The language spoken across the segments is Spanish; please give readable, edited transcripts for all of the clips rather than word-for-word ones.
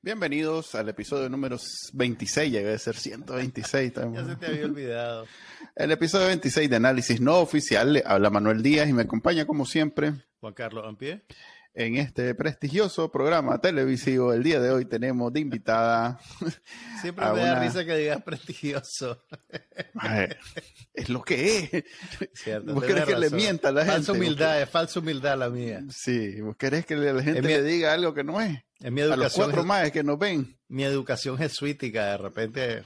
Bienvenidos al episodio número 26, llegué a ser 126. Ya se te había olvidado. El episodio 26 de Análisis No Oficial. Le habla Manuel Díaz y me acompaña como siempre Juan Carlos Ampie. En este prestigioso programa televisivo. El día de hoy tenemos de invitada Siempre me da risa que digas prestigioso. Es lo que es. Cierto, ¿Vos querés que le mienta a la gente? Falsa humildad la mía. Sí, vos querés que la gente le diga algo que no es. En mi educación, a los cuatro más que nos ven. Mi educación jesuítica, de repente.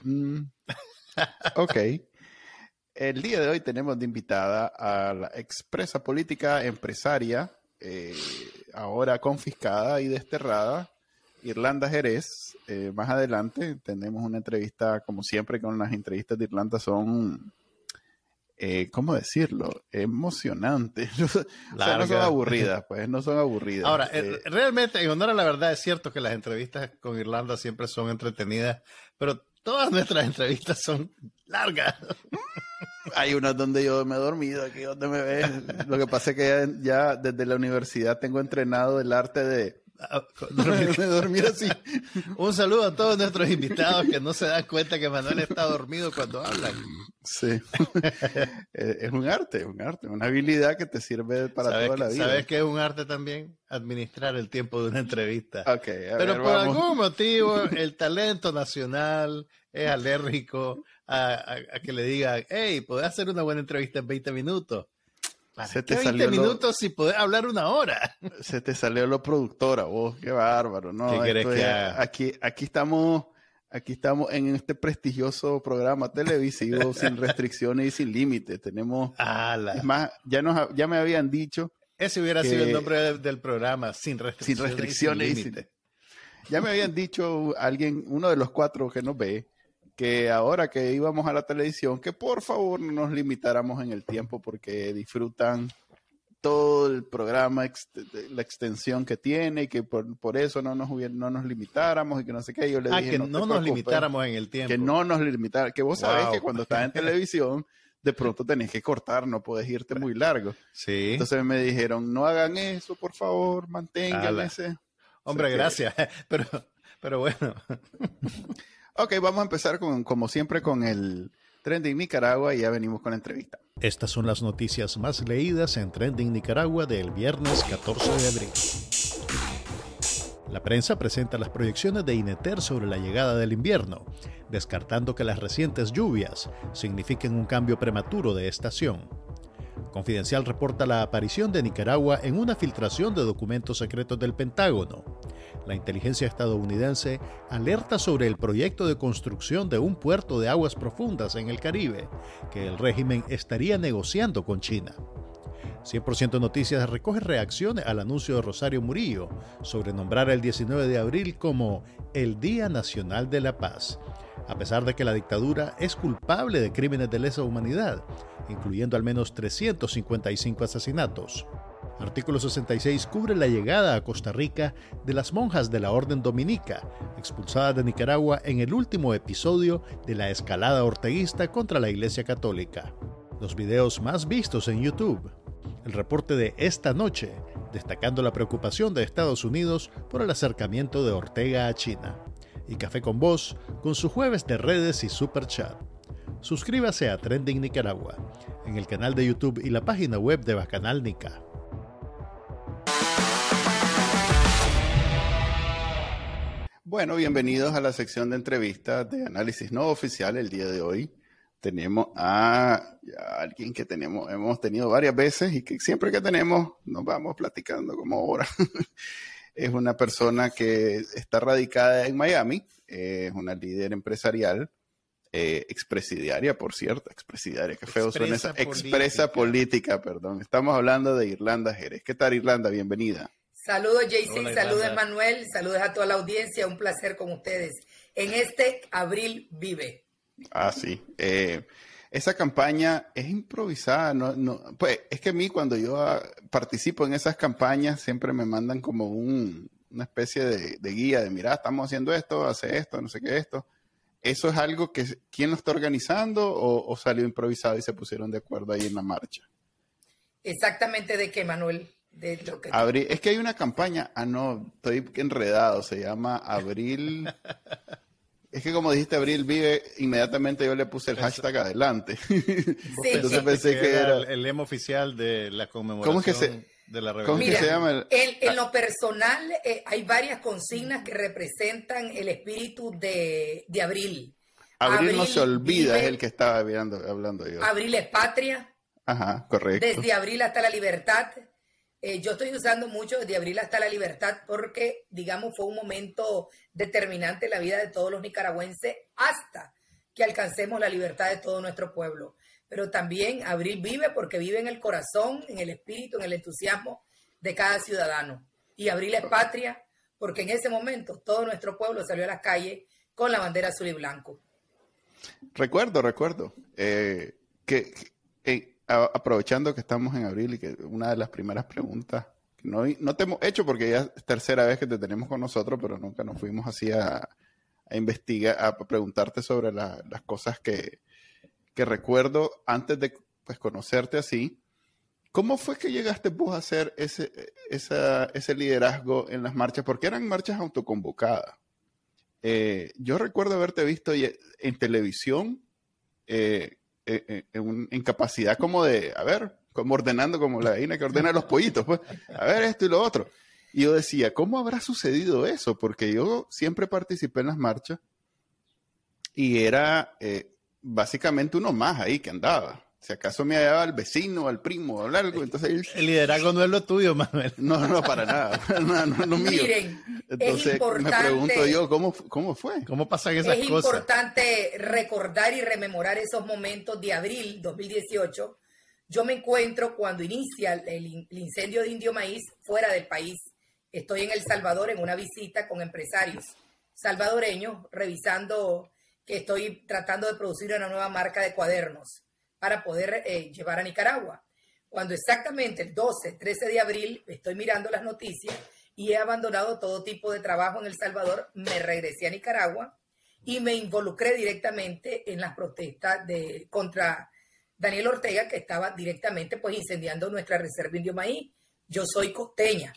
Ok. El día de hoy tenemos de invitada a la expresa política empresaria, ahora confiscada y desterrada, Irlanda Jerez. Más adelante tenemos una entrevista, como siempre con las entrevistas de Irlanda son, ¿cómo decirlo? Emocionantes. O sea, no son aburridas, pues, no son aburridas. Ahora, realmente, en honor a la verdad, es cierto que las entrevistas con Irlanda siempre son entretenidas, pero todas nuestras entrevistas son largas. Hay unas donde yo me he dormido, aquí donde me ves. Lo que pasa es que ya desde la universidad tengo entrenado el arte de dormir así. Un saludo a todos nuestros invitados que no se dan cuenta que Manuel está dormido cuando hablan. Sí. Es un arte, una habilidad que te sirve para toda la vida. ¿Sabes qué es un arte también? Administrar el tiempo de una entrevista. Okay, pero por algún motivo el talento nacional es alérgico a que le digan, hey, ¿podés hacer una buena entrevista en 20 minutos? Se te 20 minutos si podés hablar una hora. Se te salió lo productora, vos, qué bárbaro, ¿no? ¿Qué querés que haga? Aquí estamos en este prestigioso programa televisivo sin restricciones y sin límites. Tenemos, es más, ya me habían dicho. Ese hubiera sido el nombre del programa, sin restricciones y sin límites. Ya me habían dicho uno de los cuatro que nos ve, que ahora que íbamos a la televisión, que por favor no nos limitáramos en el tiempo porque disfrutan todo el programa, la extensión que tiene y que por eso no nos limitáramos y que no sé qué. Yo le dije, que no nos limitáramos en el tiempo. Que no nos limitáramos. Que vos sabés que cuando estás en televisión, de pronto tenés que cortar, no puedes irte muy largo. Sí. Entonces me dijeron, no hagan eso, por favor, mantengan ese. Hombre, gracias. Pero bueno. Ok, vamos a empezar como siempre con el Trending Nicaragua y ya venimos con la entrevista. Estas son las noticias más leídas en Trending Nicaragua del viernes 14 de abril. La prensa presenta las proyecciones de INETER sobre la llegada del invierno, descartando que las recientes lluvias signifiquen un cambio prematuro de estación. Confidencial reporta la aparición de Nicaragua en una filtración de documentos secretos del Pentágono. La inteligencia estadounidense alerta sobre el proyecto de construcción de un puerto de aguas profundas en el Caribe, que el régimen estaría negociando con China. 100% Noticias recoge reacciones al anuncio de Rosario Murillo sobre nombrar el 19 de abril como el Día Nacional de la Paz, a pesar de que la dictadura es culpable de crímenes de lesa humanidad, incluyendo al menos 355 asesinatos. Artículo 66 cubre la llegada a Costa Rica de las monjas de la Orden Dominica, expulsadas de Nicaragua en el último episodio de la escalada orteguista contra la Iglesia Católica. Los videos más vistos en YouTube. El reporte de Esta Noche, destacando la preocupación de Estados Unidos por el acercamiento de Ortega a China. Y Café con Voz, con su jueves de redes y super chat. Suscríbase a Trending Nicaragua, en el canal de YouTube y la página web de Bacanal Nica. Bueno, bienvenidos a la sección de entrevistas de Análisis No Oficial. El día de hoy tenemos a alguien que hemos tenido varias veces y que siempre que tenemos nos vamos platicando como ahora. Es una persona que está radicada en Miami, es una líder empresarial, expresidiaria, por cierto, expresidiaria, qué feo suena esa, expresa política, perdón. Estamos hablando de Irlanda Jerez. ¿Qué tal, Irlanda? Bienvenida. Saludos, JC, saludos, Manuel, saludos a toda la audiencia, un placer con ustedes. En este Abril Vive. Ah, sí. Esa campaña es improvisada, pues es que a mí cuando yo participo en esas campañas siempre me mandan como una especie de guía de, mira, estamos haciendo esto, hace esto, no sé qué esto. ¿Eso es algo que quién lo está organizando o salió improvisado y se pusieron de acuerdo ahí en la marcha? Exactamente de qué, Manuel. de lo que... Abril, es que hay una campaña, no, estoy enredado, se llama Abril... Es que como dijiste Abril Vive, inmediatamente yo le puse el hashtag adelante. Entonces pensé que era el lema oficial de la conmemoración de la rebelión. ¿Cómo es que se llama? En lo personal, hay varias consignas que representan el espíritu de Abril. Abril no se olvida, vive, es el que estaba hablando yo. Abril es patria. Ajá, correcto. Desde abril hasta la libertad. Yo estoy usando mucho desde abril hasta la libertad porque, digamos, fue un momento determinante en la vida de todos los nicaragüenses hasta que alcancemos la libertad de todo nuestro pueblo. Pero también abril vive porque vive en el corazón, en el espíritu, en el entusiasmo de cada ciudadano. Y abril es patria porque en ese momento todo nuestro pueblo salió a las calles con la bandera azul y blanco. Recuerdo. Aprovechando que estamos en abril y que una de las primeras preguntas, que no te hemos hecho porque ya es tercera vez que te tenemos con nosotros, pero nunca nos fuimos así a investigar, a preguntarte sobre las cosas que recuerdo antes de pues, conocerte así. ¿Cómo fue que llegaste vos a hacer ese liderazgo en las marchas? Porque eran marchas autoconvocadas. Yo recuerdo haberte visto en televisión, en capacidad como de, a ver, como ordenando como la gallina que ordena los pollitos, pues, a ver esto y lo otro. Y yo decía, ¿cómo habrá sucedido eso? Porque yo siempre participé en las marchas y era básicamente uno más ahí que andaba. Si acaso me hallaba al vecino, al primo, o algo, entonces... El liderazgo no es lo tuyo, Manuel. No, para nada. No mío. Miren, entonces me pregunto yo, ¿cómo fue? ¿Cómo pasan esas cosas? Es importante recordar y rememorar esos momentos de abril 2018. Yo me encuentro cuando inicia el incendio de Indio Maíz fuera del país. Estoy en El Salvador en una visita con empresarios salvadoreños, revisando que estoy tratando de producir una nueva marca de cuadernos para poder llevar a Nicaragua. Cuando exactamente el 12, 13 de abril estoy mirando las noticias y he abandonado todo tipo de trabajo en El Salvador, me regresé a Nicaragua y me involucré directamente en las protestas contra Daniel Ortega, que estaba directamente pues incendiando nuestra reserva Indio Maíz. Yo soy costeña.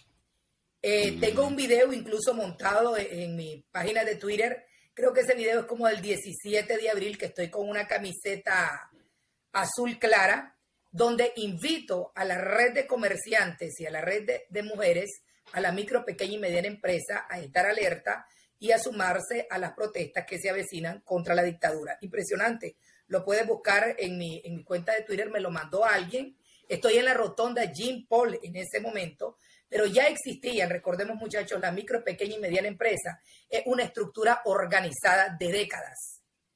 Tengo un video incluso montado en mi página de Twitter. Creo que ese video es como del 17 de abril, que estoy con una camiseta azul clara, donde invito a la red de comerciantes y a la red de mujeres, a la micro, pequeña y mediana empresa, a estar alerta y a sumarse a las protestas que se avecinan contra la dictadura. Impresionante. Lo puedes buscar en mi cuenta de Twitter, me lo mandó alguien. Estoy en la rotonda Jean Paul en ese momento, pero ya existían, recordemos muchachos, la micro, pequeña y mediana empresa es una estructura organizada de décadas.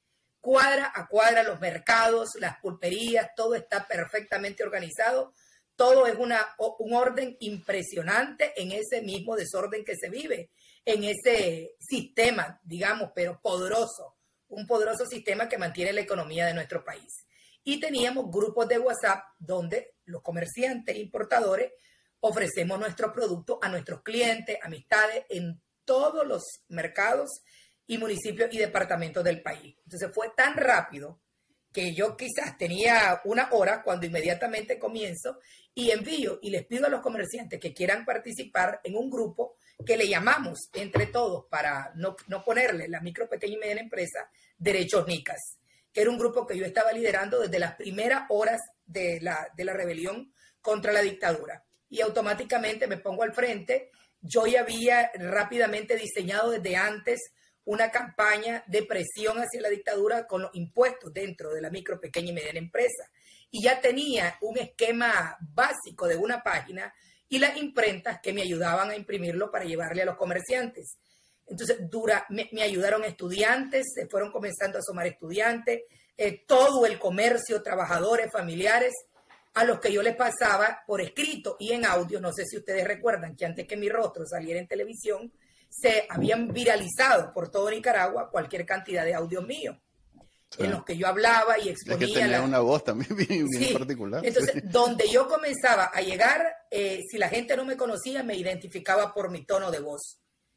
Cuadra a cuadra los mercados, las pulperías, todo está perfectamente organizado. Todo es un orden impresionante en ese mismo desorden que se vive, en ese sistema, digamos, pero poderoso, un poderoso sistema que mantiene la economía de nuestro país. Y teníamos grupos de WhatsApp donde los comerciantes e importadores ofrecemos nuestros productos a nuestros clientes, amistades en todos los mercados y municipios y departamentos del país. Entonces fue tan rápido que yo quizás tenía una hora cuando inmediatamente comienzo y envío y les pido a los comerciantes que quieran participar en un grupo que le llamamos entre todos, para no ponerle la micro, pequeña y mediana empresa, Derechos Nicas, que era un grupo que yo estaba liderando desde las primeras horas de la rebelión contra la dictadura. Y automáticamente me pongo al frente. Yo ya había rápidamente diseñado desde antes una campaña de presión hacia la dictadura con los impuestos dentro de la micro, pequeña y mediana empresa. Y ya tenía un esquema básico de una página y las imprentas que me ayudaban a imprimirlo para llevarle a los comerciantes. Entonces, me ayudaron estudiantes, se fueron comenzando a asomar estudiantes, todo el comercio, trabajadores, familiares, a los que yo les pasaba por escrito y en audio. No sé si ustedes recuerdan que antes que mi rostro saliera en televisión, se habían viralizado por todo Nicaragua cualquier cantidad de audios míos, sí, en los que yo hablaba y exponía. Es que tenía una voz también bien sí, particular. Entonces, sí, donde yo comenzaba a llegar, si la gente no me conocía, me identificaba por mi tono de voz.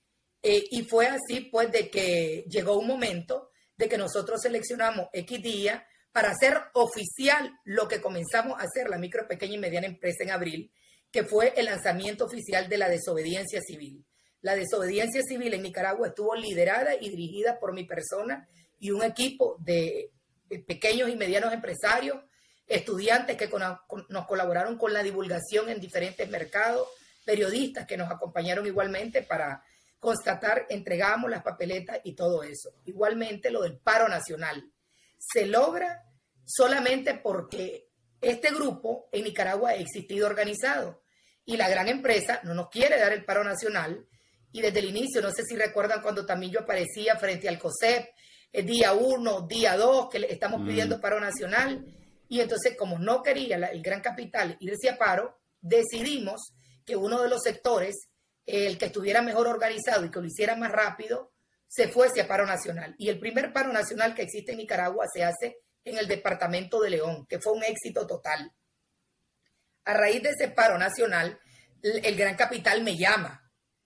Y fue así, pues, de que llegó un momento de que nosotros seleccionamos X día para hacer oficial lo que comenzamos a hacer la micro, pequeña y mediana empresa en abril, que fue el lanzamiento oficial de la desobediencia civil. La desobediencia civil en Nicaragua estuvo liderada y dirigida por mi persona y un equipo de pequeños y medianos empresarios, estudiantes que nos colaboraron con la divulgación en diferentes mercados, periodistas que nos acompañaron igualmente para constatar, entregamos las papeletas y todo eso. Igualmente lo del paro nacional. Se logra solamente porque este grupo en Nicaragua ha existido organizado y la gran empresa no nos quiere dar el paro nacional. Y desde el inicio, no sé si recuerdan cuando también yo aparecía frente al COSEP, el día 1, día 2, que le estamos pidiendo paro nacional. Y entonces, como no quería el gran capital irse a paro, decidimos que uno de los sectores, el que estuviera mejor organizado y que lo hiciera más rápido, se fuese a paro nacional. Y el primer paro nacional que existe en Nicaragua se hace en el departamento de León, que fue un éxito total. A raíz de ese paro nacional, el gran capital me llama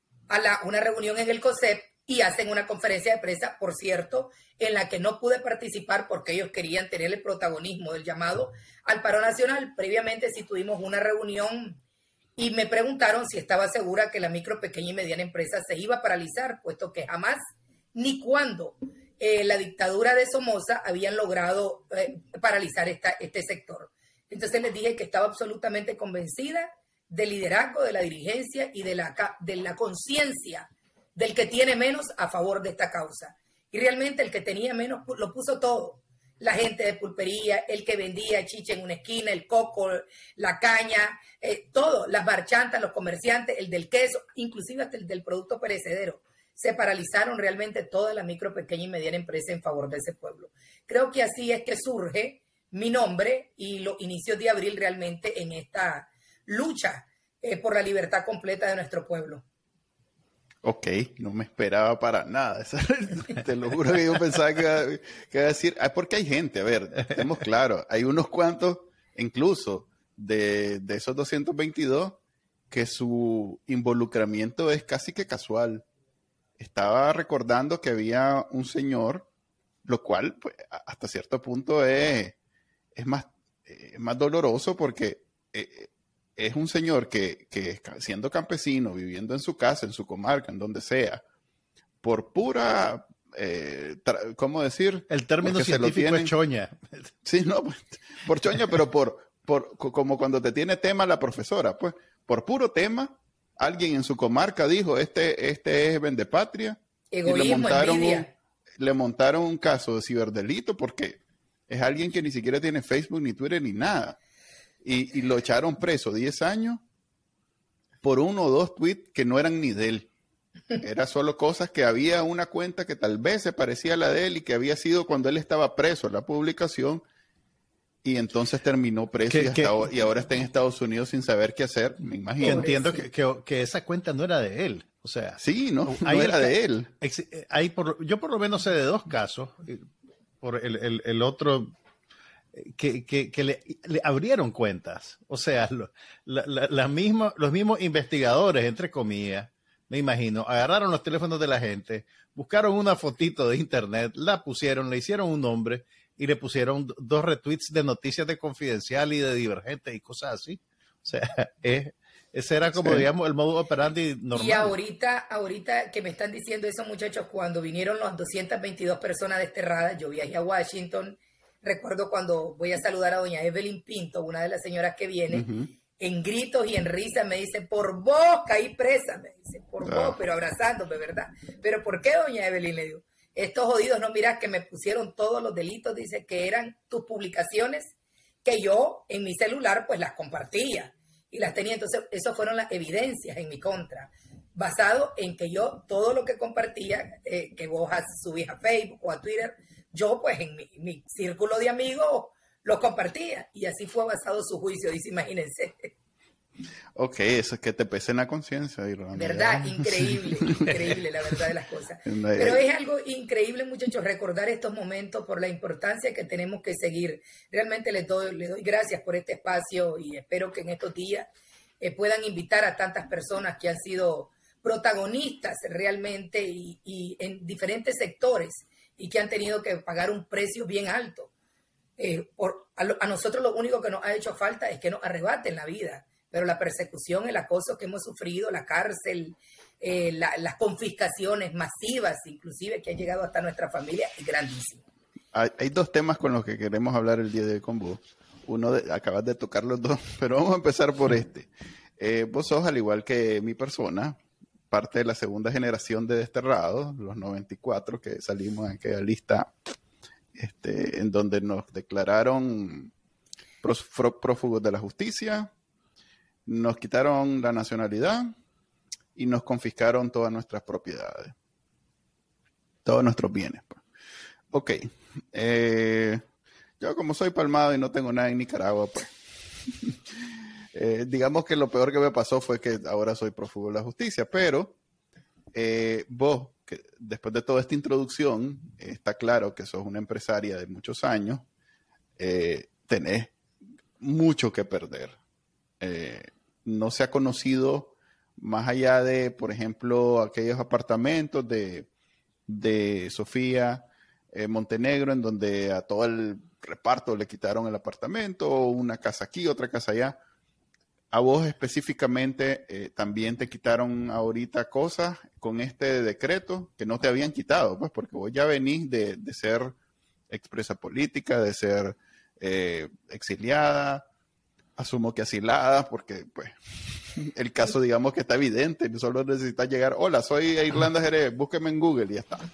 a una reunión en el COSEP y hacen una conferencia de prensa, por cierto, en la que no pude participar porque ellos querían tener el protagonismo del llamado al paro nacional. Previamente sí tuvimos una reunión y me preguntaron si estaba segura que la micro, pequeña y mediana empresa se iba a paralizar, puesto que jamás ni cuando la dictadura de Somoza habían logrado paralizar este sector. Entonces les dije que estaba absolutamente convencida del liderazgo, de la dirigencia y de la conciencia del que tiene menos a favor de esta causa. Y realmente el que tenía menos lo puso todo. La gente de pulpería, el que vendía chicha en una esquina, el coco, la caña, todo, las marchantas, los comerciantes, el del queso, inclusive hasta el del producto perecedero. Se paralizaron realmente toda la micro, pequeña y mediana empresa en favor de ese pueblo. Creo que así es que surge mi nombre y los inicios de abril realmente en esta lucha por la libertad completa de nuestro pueblo. Ok, no me esperaba para nada. Te lo juro que yo pensaba que iba a decir, porque hay gente, a ver, estemos claros, hay unos cuantos, incluso de esos 222, que su involucramiento es casi que casual. Estaba recordando que había un señor, lo cual pues, hasta cierto punto es más doloroso porque es un señor que siendo campesino, viviendo en su casa, en su comarca, en donde sea, por pura, ¿cómo decir? El término científico es choña. Sí, no, pues, por choña, pero como cuando te tiene tema la profesora, pues, por puro tema, alguien en su comarca dijo, este es vendepatria. Egoísmo, le montaron un caso de ciberdelito porque es alguien que ni siquiera tiene Facebook, ni Twitter, ni nada. Y lo echaron preso 10 años por 1 o 2 tweets que no eran ni de él. Era solo cosas que había una cuenta que tal vez se parecía a la de él y que había sido cuando él estaba preso la publicación y entonces terminó preso y ahora está en Estados Unidos sin saber qué hacer, me imagino. Entiendo que esa cuenta no era de él. O sea, sí, no era de él. Yo por lo menos sé de 2 casos. Por el otro... Que le abrieron cuentas. O sea, los mismos investigadores, entre comillas, me imagino, agarraron los teléfonos de la gente, buscaron una fotito de internet, la pusieron, le hicieron un nombre y le pusieron 2 retweets de noticias de Confidencial y de Divergente y cosas así. O sea, ese era como, digamos, el modus operandi normal. Y ahorita que me están diciendo eso, muchachos, cuando vinieron las 222 personas desterradas, yo viajé a Washington. Recuerdo cuando voy a saludar a doña Evelyn Pinto, una de las señoras que viene, en gritos y en risa me dice, por vos caí presa, me dice, por vos, pero abrazándome, ¿verdad? ¿Pero por qué, doña Evelyn? Le digo, estos jodidos no mirás que me pusieron todos los delitos, dice que eran tus publicaciones, que yo en mi celular pues las compartía y las tenía, entonces esas fueron las evidencias en mi contra, basado en que yo todo lo que compartía, que vos subís a Facebook o a Twitter, yo pues en mi círculo de amigos lo compartía y así fue basado su juicio, dice, imagínense. Ok, eso es que te pese en la conciencia. ¿Verdad? Increíble la verdad de las cosas. Pero es algo increíble, muchachos, recordar estos momentos por la importancia que tenemos que seguir. Realmente les doy gracias por este espacio y espero que en estos días puedan invitar a tantas personas que han sido protagonistas realmente y en diferentes sectores y que han tenido que pagar un precio bien alto. A nosotros lo único que nos ha hecho falta es que nos arrebaten la vida, pero la persecución, el acoso que hemos sufrido, la cárcel, las confiscaciones masivas, inclusive, que han llegado hasta nuestra familia, es grandísimo. Hay dos temas con los que queremos hablar el día de hoy con vos. Acabas de tocar los dos, pero vamos a empezar por este. Vos sos, al igual que mi persona, parte de la segunda generación de desterrados, los 94, que salimos en aquella lista en donde nos declararon prófugos de la justicia, nos quitaron la nacionalidad y nos confiscaron todas nuestras propiedades, todos nuestros bienes. Ok, yo como soy palmado y no tengo nada en Nicaragua, pues digamos que lo peor que me pasó fue que ahora soy prófugo de la justicia, pero vos, que después de toda esta introducción, está claro que sos una empresaria de muchos años, tenés mucho que perder. No se ha conocido más allá de, por ejemplo, aquellos apartamentos de Sofía Montenegro, en donde a todo el reparto le quitaron el apartamento, una casa aquí, otra casa allá. A vos específicamente también te quitaron ahorita cosas con este decreto que no te habían quitado, pues porque vos ya venís de ser expresa política, de ser exiliada, asumo que asilada, porque pues el caso digamos que está evidente, solo necesitas llegar, hola, soy Irlanda Jerez, búsqueme en Google y ya está.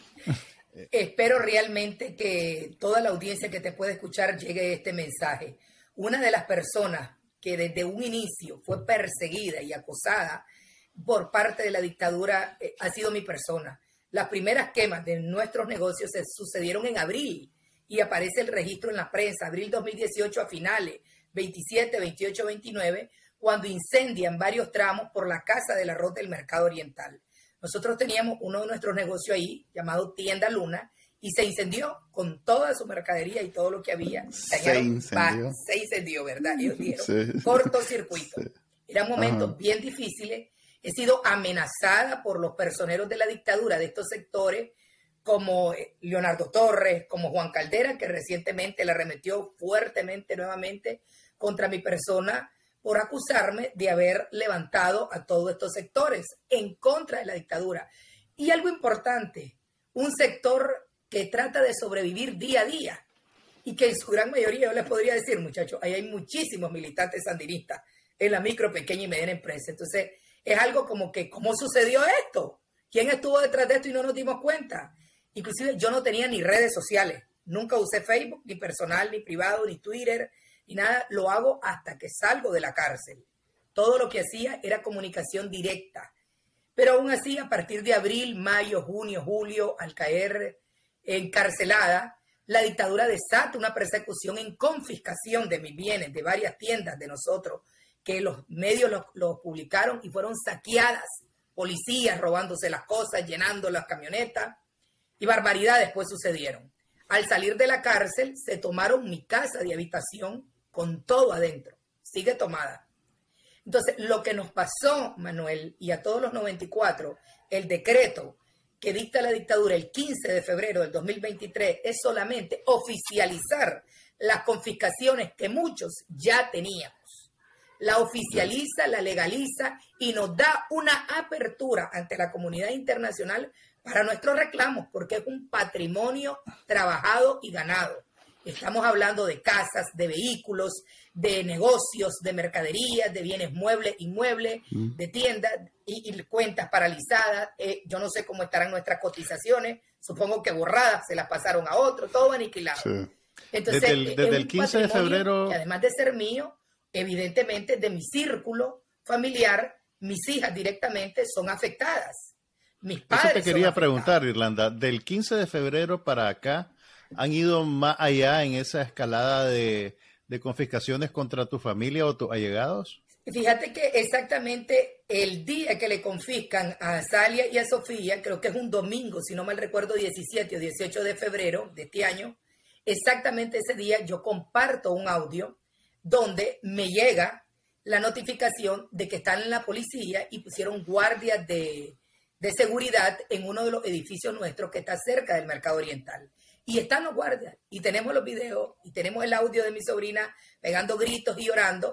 Espero realmente que toda la audiencia que te puede escuchar llegue este mensaje. Una de las personas que desde un inicio fue perseguida y acosada por parte de la dictadura ha sido mi persona. Las primeras quemas de nuestros negocios se sucedieron en abril y aparece el registro en la prensa, abril 2018 a finales, 27, 28, 29, cuando incendian varios tramos por la Casa del Arroz del Mercado Oriental. Nosotros teníamos uno de nuestros negocios ahí, llamado Tienda Luna, y se incendió con toda su mercadería y todo lo que había. Se incendió, ¿verdad? Ellos dijeron, cortocircuito. Sí. Eran momentos bien difíciles. He sido amenazada por los personeros de la dictadura de estos sectores, como Leonardo Torres, como Juan Caldera, que recientemente le arremetió fuertemente nuevamente contra mi persona por acusarme de haber levantado a todos estos sectores en contra de la dictadura. Y algo importante, un sector que trata de sobrevivir día a día y que en su gran mayoría, yo les podría decir, muchachos, ahí hay muchísimos militantes sandinistas en la micro, pequeña y mediana empresa. Entonces, es algo como que, ¿cómo sucedió esto? ¿Quién estuvo detrás de esto y no nos dimos cuenta? Inclusive yo no tenía ni redes sociales, nunca usé Facebook, ni personal, ni privado, ni Twitter, ni nada. Lo hago hasta que salgo de la cárcel. Todo lo que hacía era comunicación directa. Pero aún así, a partir de abril, mayo, junio, julio, al caer encarcelada, la dictadura desata una persecución en confiscación de mis bienes, de varias tiendas de nosotros, que los medios los publicaron y fueron saqueadas, policías robándose las cosas, llenando las camionetas, y barbaridades pues sucedieron. Al salir de la cárcel, se tomaron mi casa de habitación con todo adentro, sigue tomada. Entonces, lo que nos pasó, Manuel, y a todos los 94, el decreto que dicta la dictadura el 15 de febrero del 2023 es solamente oficializar las confiscaciones que muchos ya teníamos. La oficializa, la legaliza y nos da una apertura ante la comunidad internacional para nuestros reclamos, porque es un patrimonio trabajado y ganado. Estamos hablando de casas, de vehículos, de negocios, de mercaderías, de bienes muebles, inmuebles, de tiendas y cuentas paralizadas. Yo no sé cómo estarán nuestras cotizaciones, supongo que borradas, se las pasaron a otro, todo aniquilado. Sí. Entonces, desde el 15 de febrero... que además de ser mío, evidentemente de mi círculo familiar, mis hijas directamente son afectadas. Mis padres. Eso te quería preguntar, Irlanda, del 15 de febrero para acá, ¿han ido más allá en esa escalada de confiscaciones contra tu familia o tus allegados? Fíjate que exactamente el día que le confiscan a Azalia y a Sofía, creo que es un domingo, si no mal recuerdo, 17 o 18 de febrero de este año, exactamente ese día yo comparto un audio donde me llega la notificación de que están en la policía y pusieron guardias de seguridad en uno de los edificios nuestros que está cerca del Mercado Oriental. Y están los guardias, y tenemos los videos, y tenemos el audio de mi sobrina pegando gritos y llorando.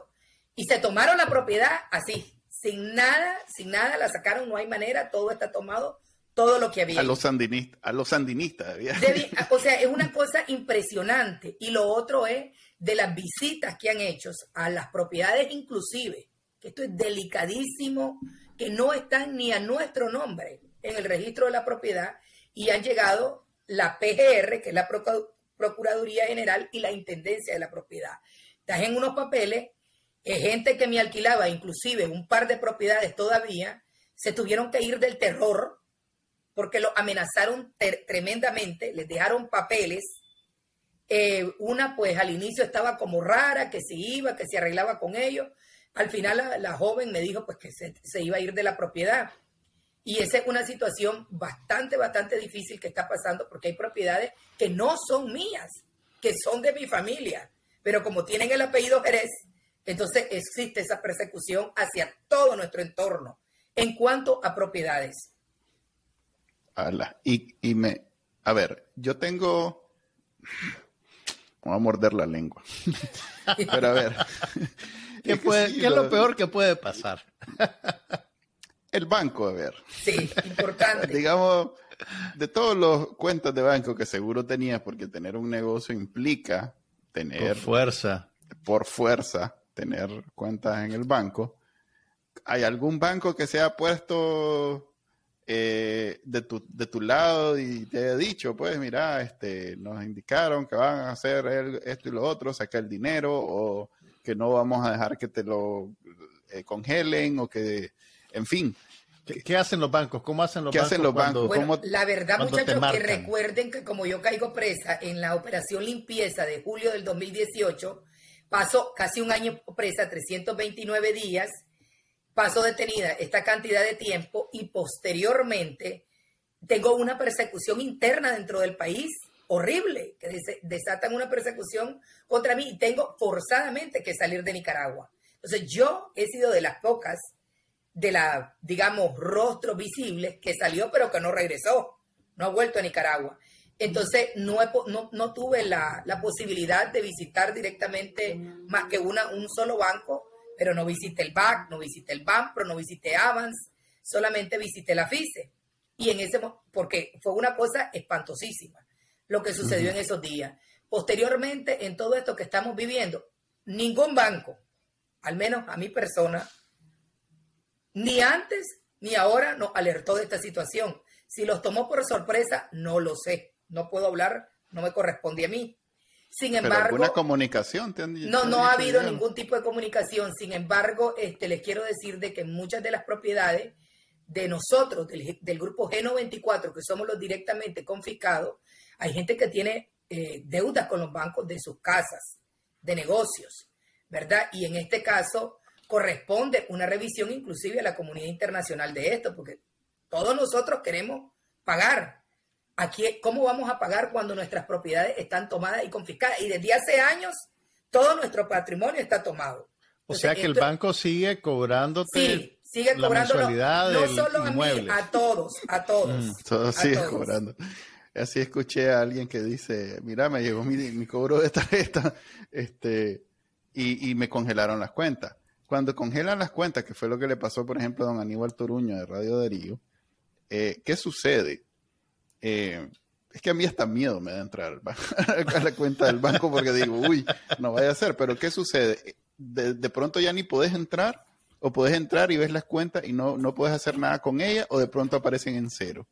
Y se tomaron la propiedad así, sin nada, la sacaron, no hay manera, todo está tomado, todo lo que había. A los sandinistas. O sea, es una cosa impresionante. Y lo otro es de las visitas que han hecho a las propiedades inclusive, que esto es delicadísimo, que no están ni a nuestro nombre en el registro de la propiedad, y han llegado la PGR, que es la Procuraduría General, y la Intendencia de la Propiedad. Estás en unos papeles, gente que me alquilaba, inclusive un par de propiedades todavía, se tuvieron que ir del terror, porque lo amenazaron tremendamente, les dejaron papeles. Una pues al inicio estaba como rara, que se iba, que se arreglaba con ellos. Al final la joven me dijo pues que se iba a ir de la propiedad. Y esa es una situación bastante difícil que está pasando, porque hay propiedades que no son mías, que son de mi familia, pero como tienen el apellido Jerez, entonces existe esa persecución hacia todo nuestro entorno en cuanto a propiedades. A ver, yo tengo... Voy a morder la lengua. Pero a ver. ¿Qué es lo peor que puede pasar? El banco, a ver. Sí, importante. Digamos, de todos los cuentas de banco que seguro tenías, porque tener un negocio implica tener... Por fuerza, tener cuentas en el banco. ¿Hay algún banco que se ha puesto de tu lado y te haya dicho, pues mira, nos indicaron que van a hacer esto y lo otro, saca el dinero, o que no vamos a dejar que te lo congelen, o que, en fin? ¿Qué hacen los bancos? ¿Cómo hacen los bancos? ¿Qué hacen los bancos? Bueno, la verdad, muchachos, que recuerden que como yo caigo presa en la operación limpieza de julio del 2018, paso casi un año presa, 329 días, paso detenida esta cantidad de tiempo, y posteriormente tengo una persecución interna dentro del país horrible, que desatan una persecución contra mí, y tengo forzadamente que salir de Nicaragua. Entonces yo he sido de las pocas, de la, digamos, rostros visibles que salió pero que no regresó, no ha vuelto a Nicaragua. Entonces no tuve la posibilidad de visitar directamente más que un solo banco, pero no visité el BAC, no visité el Banpro, no visité Avance, solamente visité la FICE. Y porque fue una cosa espantosísima lo que sucedió en esos días. Posteriormente, en todo esto que estamos viviendo, ningún banco, al menos a mi persona, ni antes ni ahora nos alertó de esta situación. Si los tomó por sorpresa, no lo sé. No puedo hablar, no me corresponde a mí. Sin embargo, ¿pero alguna comunicación te han dicho? No ha habido ningún tipo de comunicación. Sin embargo, les quiero decir de que muchas de las propiedades de nosotros, del grupo G94, que somos los directamente confiscados, hay gente que tiene deudas con los bancos de sus casas, de negocios, ¿verdad? Y en este caso corresponde una revisión inclusive a la comunidad internacional de esto, porque todos nosotros queremos pagar. Aquí, ¿cómo vamos a pagar cuando nuestras propiedades están tomadas y confiscadas? Y desde hace años, todo nuestro patrimonio está tomado. O sea que el banco sigue cobrándote sigue la mensualidad no del solo inmueble. A mí, a todos. Todos siguen cobrando. Así escuché a alguien que dice, mira, me llegó mi cobro de tarjeta, y me congelaron las cuentas. Cuando congelan las cuentas, que fue lo que le pasó, por ejemplo, a don Aníbal Toruño de Radio Darío, ¿qué sucede? Es que a mí hasta miedo me da entrar a la cuenta del banco, porque digo, uy, no vaya a ser. Pero ¿qué sucede? De pronto ya ni podés entrar, o podés entrar y ves las cuentas y no podés hacer nada con ellas, o de pronto aparecen en cero.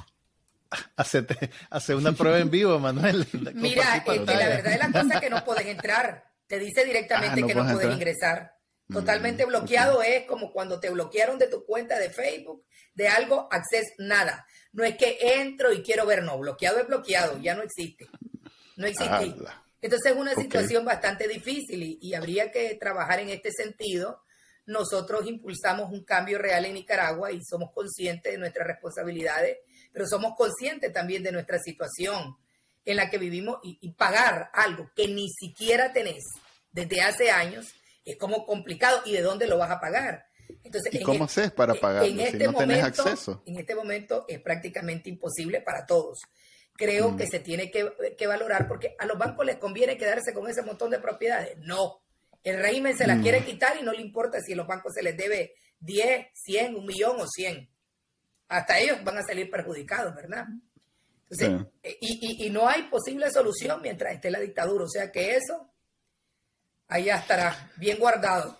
Hace una prueba en vivo, Manuel. Mira, la verdad es la cosa que no podés entrar. Te dice directamente que no podés ingresar. Totalmente bloqueado. Es como cuando te bloquearon de tu cuenta de Facebook, de algo, acceso, nada. No es que entro y quiero ver, no. Bloqueado es bloqueado, ya no existe. No existe. Entonces es una situación bastante difícil y habría que trabajar en este sentido. Nosotros impulsamos un cambio real en Nicaragua y somos conscientes de nuestras responsabilidades, pero somos conscientes también de nuestra situación en la que vivimos, y pagar algo que ni siquiera tenés desde hace años es como complicado. ¿Y de dónde lo vas a pagar? Entonces, ¿y cómo haces para pagarlo si no tenés acceso? En este momento es prácticamente imposible para todos. Creo que se tiene que valorar, porque a los bancos les conviene quedarse con ese montón de propiedades. No, El régimen se las quiere quitar y no le importa si a los bancos se les debe 10, 100, 1 millón o 100. Hasta ellos van a salir perjudicados, ¿verdad? Entonces, y no hay posible solución mientras esté la dictadura. O sea que eso allá estará bien guardado.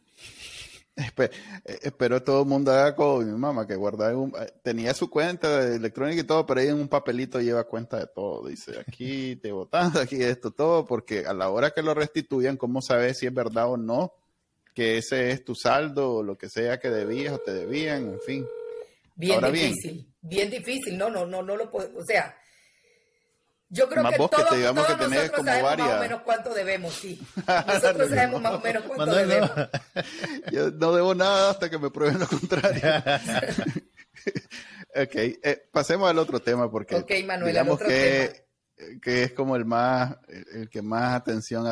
Espero todo el mundo haga como mi mamá, que guardaba tenía su cuenta electrónica y todo, pero ahí en un papelito lleva cuenta de todo. Dice, aquí te botaste, aquí esto, todo, porque a la hora que lo restituyan, ¿cómo sabes si es verdad o no? Que ese es tu saldo o lo que sea que debías o te debían, en fin. Bien difícil, bien difícil. No lo puedo, o sea, yo creo más que vos todos, que te digamos todos que tenés nosotros como sabemos varias. más o menos cuánto debemos, sí. Nosotros sabemos más o menos cuánto Manuel, debemos. no. Yo no debo nada hasta que me prueben lo contrario. Ok, pasemos al otro tema porque Ok, Manuel, digamos al otro tema. Que es como el que más atención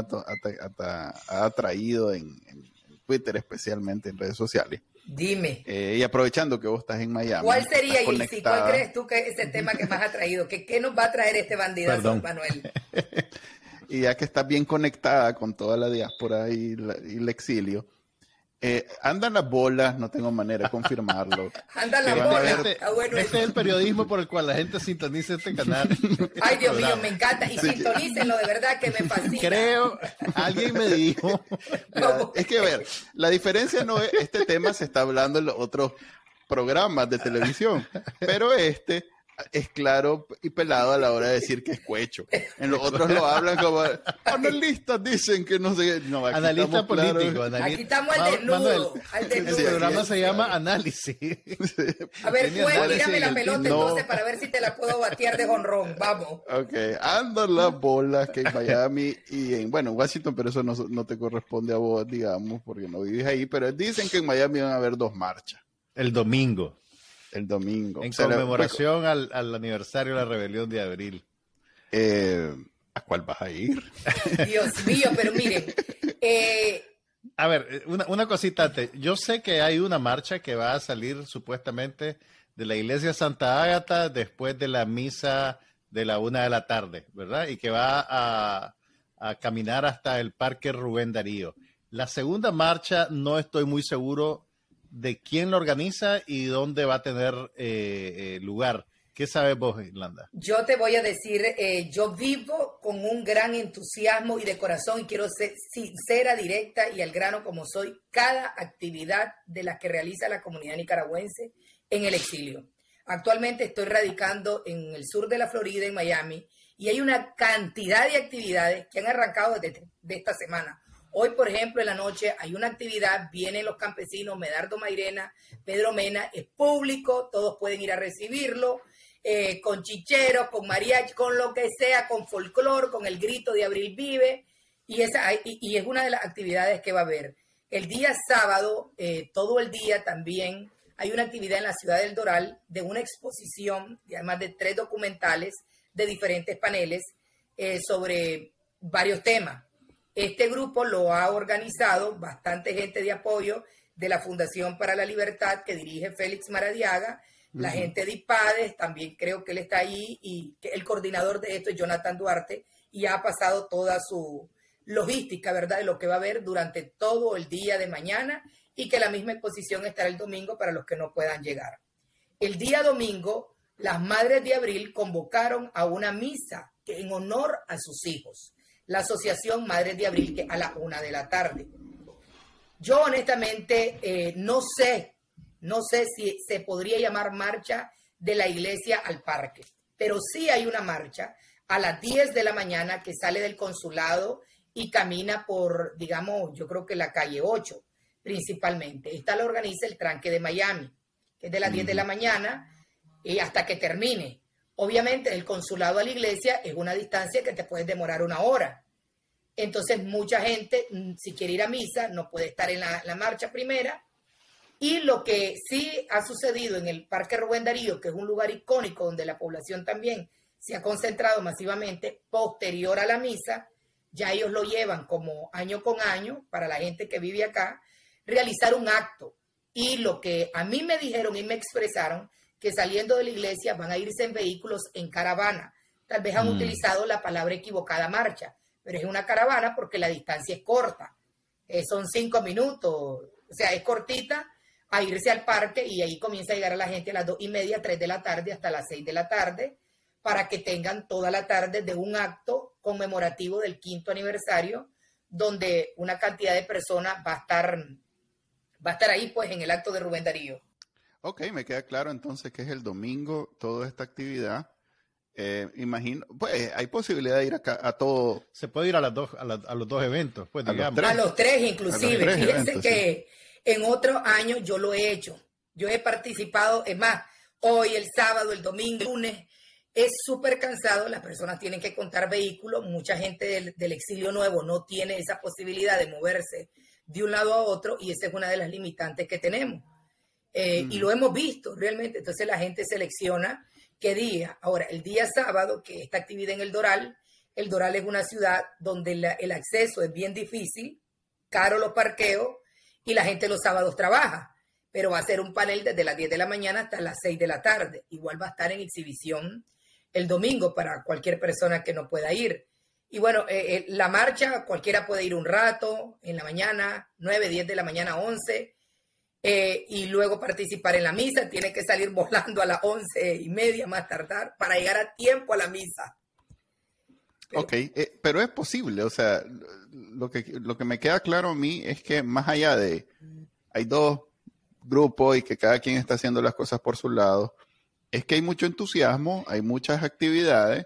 ha atraído en Twitter, especialmente en redes sociales. Dime. Y aprovechando que vos estás en Miami. ¿Cuál sería, Ilsi? ¿Cuál conectada. crees tú que es el tema que más ha traído? ¿Qué nos va a traer este bandidazo, Perdón. Manuel? Y ya que estás bien conectada con toda la diáspora y el exilio, andan las bolas, no tengo manera de confirmarlo. Anda la Que van a bola. ver- Está bueno Este eso. es el periodismo por el cual la gente sintoniza este canal. Ay, Dios mío, me encanta. Y sintonícenlo, de verdad que me fascina. Creo, alguien me dijo, ¿Cómo? Es que, a ver, la diferencia no es, este tema se está hablando en los otros programas de televisión, pero este es claro y pelado a la hora de decir que es cuecho. En los otros lo hablan como analistas dicen que no sé, no, aquí analista estamos claros. político. Aquí estamos al Manuel, desnudo. Al el desnudo. Sí, programa sí, se llama Análisis. A ver, Tiene pues, análisis tírame en la el pelota título. entonces para ver si te la puedo batear de jonrón. Vamos. Ok, andan las bolas que en Miami y en Washington, pero eso no te corresponde a vos, digamos, porque no vives ahí, pero dicen que en Miami van a haber 2 marchas El domingo, el domingo. en O sea, conmemoración al aniversario de la rebelión de abril. ¿A cuál vas a ir? Dios mío, pero miren. A ver, una cosita antes. Yo sé que hay una marcha que va a salir supuestamente de la iglesia Santa Ágata después de la misa de la 1 de la tarde, ¿verdad? Y que va a caminar hasta el Parque Rubén Darío. La segunda marcha no estoy muy seguro de quién lo organiza y dónde va a tener lugar. ¿Qué sabes vos, Irlanda? Yo te voy a decir, yo vivo con un gran entusiasmo y de corazón y quiero ser sincera, directa y al grano como soy, cada actividad de las que realiza la comunidad nicaragüense en el exilio. Actualmente estoy radicando en el sur de la Florida, en Miami, y hay una cantidad de actividades que han arrancado desde esta semana. Hoy, por ejemplo, en la noche hay una actividad, vienen los campesinos, Medardo Mairena, Pedro Mena, es público, todos pueden ir a recibirlo. Con chicheros, con mariachi, con lo que sea, con folclor, con el grito de Abril Vive, y es una de las actividades que va a haber. El día sábado, todo el día también, hay una actividad en la ciudad del Doral de una exposición, y además de 3 documentales de diferentes paneles sobre varios temas. Este grupo lo ha organizado bastante gente de apoyo de la Fundación para la Libertad que dirige Félix Maradiaga, la gente de IPADES, también creo que él está ahí, y que el coordinador de esto es Jonathan Duarte, y ha pasado toda su logística, ¿verdad?, de lo que va a haber durante todo el día de mañana, y que la misma exposición estará el domingo para los que no puedan llegar. El día domingo, las Madres de Abril convocaron a una misa en honor a sus hijos, la Asociación Madres de Abril, que a la 1 de la tarde. Yo honestamente no sé si se podría llamar marcha de la iglesia al parque, pero sí hay una marcha a las 10 de la mañana que sale del consulado y camina por, digamos, yo creo que la calle 8 principalmente. Esta la organiza el Tranque de Miami, que es de las 10 de la mañana y hasta que termine. Obviamente el consulado a la iglesia es una distancia que te puede demorar 1 hora. Entonces mucha gente, si quiere ir a misa, no puede estar en la marcha primera. Y lo que sí ha sucedido en el Parque Rubén Darío, que es un lugar icónico donde la población también se ha concentrado masivamente, posterior a la misa, ya ellos lo llevan como año con año, para la gente que vive acá, realizar un acto. Y lo que a mí me dijeron y me expresaron, que saliendo de la iglesia van a irse en vehículos en caravana. Tal vez han utilizado la palabra equivocada marcha, pero es una caravana porque la distancia es corta. son 5 minutos, o sea, es cortita, a irse al parque y ahí comienza a llegar a la gente a las 2:30, 3 de la tarde hasta las 6 de la tarde para que tengan toda la tarde de un acto conmemorativo del 5º aniversario donde una cantidad de personas va a estar ahí pues en el acto de Rubén Darío. Ok, me queda claro entonces que es el domingo toda esta actividad. Imagino, pues hay posibilidad de ir a todo. Se puede ir a los dos eventos, pues digamos. A los tres inclusive. Los 3 Fíjense eventos, que sí. En otros años yo lo he hecho. Yo he participado, es más, hoy, el sábado, el domingo, el lunes, es súper cansado. Las personas tienen que contar vehículos. Mucha gente del exilio nuevo no tiene esa posibilidad de moverse de un lado a otro y esa es una de las limitantes que tenemos. Y lo hemos visto realmente. Entonces la gente selecciona qué día. Ahora, el día sábado, que esta actividad en el Doral es una ciudad donde el acceso es bien difícil, caro los parqueos y la gente los sábados trabaja. Pero va a ser un panel desde las 10 de la mañana hasta las 6 de la tarde. Igual va a estar en exhibición el domingo para cualquier persona que no pueda ir. Y bueno, la marcha, cualquiera puede ir un rato, en la mañana, 9, 10 de la mañana, 11, y luego participar en la misa. Tiene que salir volando a las 11:30 más tardar para llegar a tiempo a la misa. Ok, pero es posible, o sea, lo que me queda claro a mí es que más allá de, hay dos grupos y que cada quien está haciendo las cosas por su lado, es que hay mucho entusiasmo, hay muchas actividades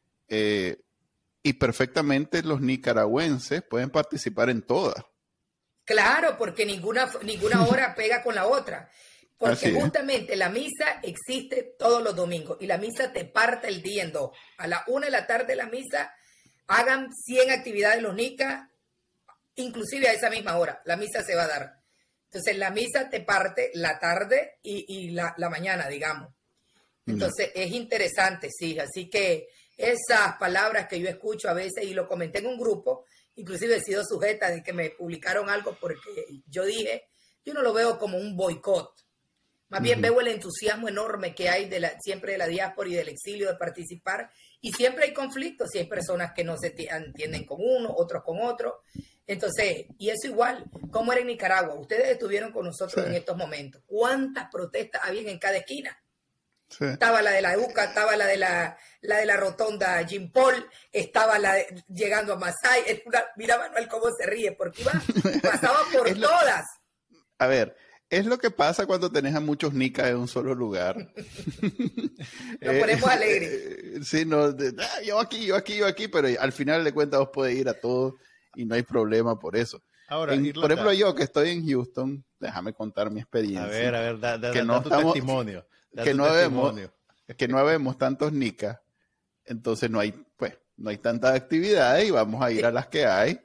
y perfectamente los nicaragüenses pueden participar en todas. Claro, porque ninguna hora pega con la otra. Porque justamente la misa existe todos los domingos y la misa te parte el día en dos. A la 1 de la tarde la misa, hagan 100 actividades los nicas, inclusive a esa misma hora, la misa se va a dar. Entonces la misa te parte la tarde y la mañana, digamos. Entonces es interesante, sí. Así que esas palabras que yo escucho a veces, y lo comenté en un grupo, inclusive he sido sujeta de que me publicaron algo porque yo dije, yo no lo veo como un boicot. Más bien veo el entusiasmo enorme que hay siempre de la diáspora y del exilio de participar. Y siempre hay conflictos, si hay personas que no se entienden con uno, otros con otro. Entonces, y eso igual, como era en Nicaragua. Ustedes estuvieron con nosotros en estos momentos. ¿Cuántas protestas había en cada esquina? Sí. Estaba la de la UCA, estaba la de la rotonda Jim Paul, estaba llegando a Masai. Mira, Manuel, cómo se ríe, porque pasaba por todas. A ver, es lo que pasa cuando tenés a muchos nicas en un solo lugar. Nos ponemos alegres. Sí, yo aquí, pero al final de cuentas vos podés ir a todos y no hay problema por eso. Ahora, por ejemplo, yo que estoy en Houston, déjame contar mi experiencia. A ver, da tu testimonio. Que no vemos tantos nicas, entonces no hay tantas actividades y vamos a ir a las que hay.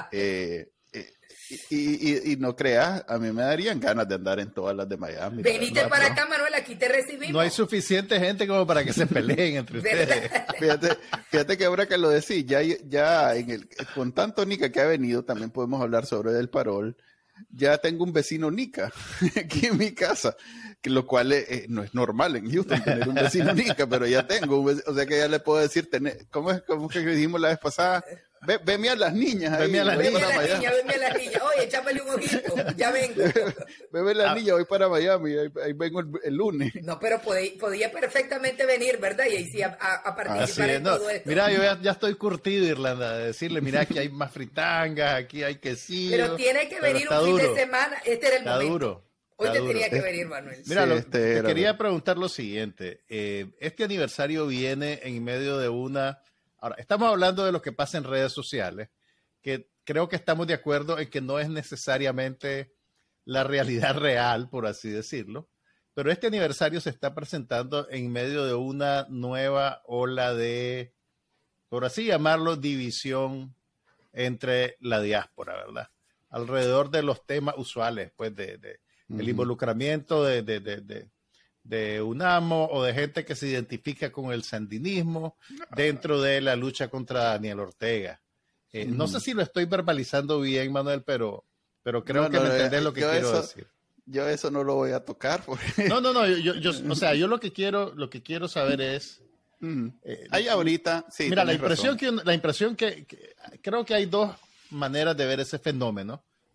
Y no creas, a mí me darían ganas de andar en todas las de Miami. Venite para acá, Manuel, aquí te recibimos. No hay suficiente gente como para que se peleen entre ustedes. Fíjate que ahora que lo decís, ya con tanto nica que ha venido, también podemos hablar sobre el parol. Ya tengo un vecino nica aquí en mi casa, lo cual no es normal en Houston tener un vecino nica, pero ya tengo un vecino, o sea que ya le puedo decir, ¿cómo es que dijimos la vez pasada? Veme a las niñas. Veme a las niñas. Oye, échame un ojito, ya vengo. Veme a las niñas, voy para Miami, ahí vengo el lunes. No, pero podía perfectamente venir, ¿verdad? Y ahí sí a participar en todo esto. Mira, yo ya estoy curtido, Irlanda, de decirle, mira, aquí hay más fritangas, aquí hay quesillo. Pero tiene que venir un fin de semana, este era el momento. Duro. Hoy te tenía que venir, Manuel. Mira, te quería preguntar lo siguiente. Este aniversario viene en medio de una... Ahora, estamos hablando de lo que pasa en redes sociales, que creo que estamos de acuerdo en que no es necesariamente la realidad real, por así decirlo, pero este aniversario se está presentando en medio de una nueva ola de, por así llamarlo, división entre la diáspora, ¿verdad? Alrededor de los temas usuales, pues, el involucramiento de UNAMO o de gente que se identifica con el sandinismo dentro de la lucha contra Daniel Ortega. No sé si lo estoy verbalizando bien, Manuel, pero creo que me entendés lo que quiero decir. Yo eso no lo voy a tocar. Porque... No, yo lo que quiero saber es... Hay ahorita... Sí, mira, la impresión que creo que hay dos maneras de ver ese fenómeno.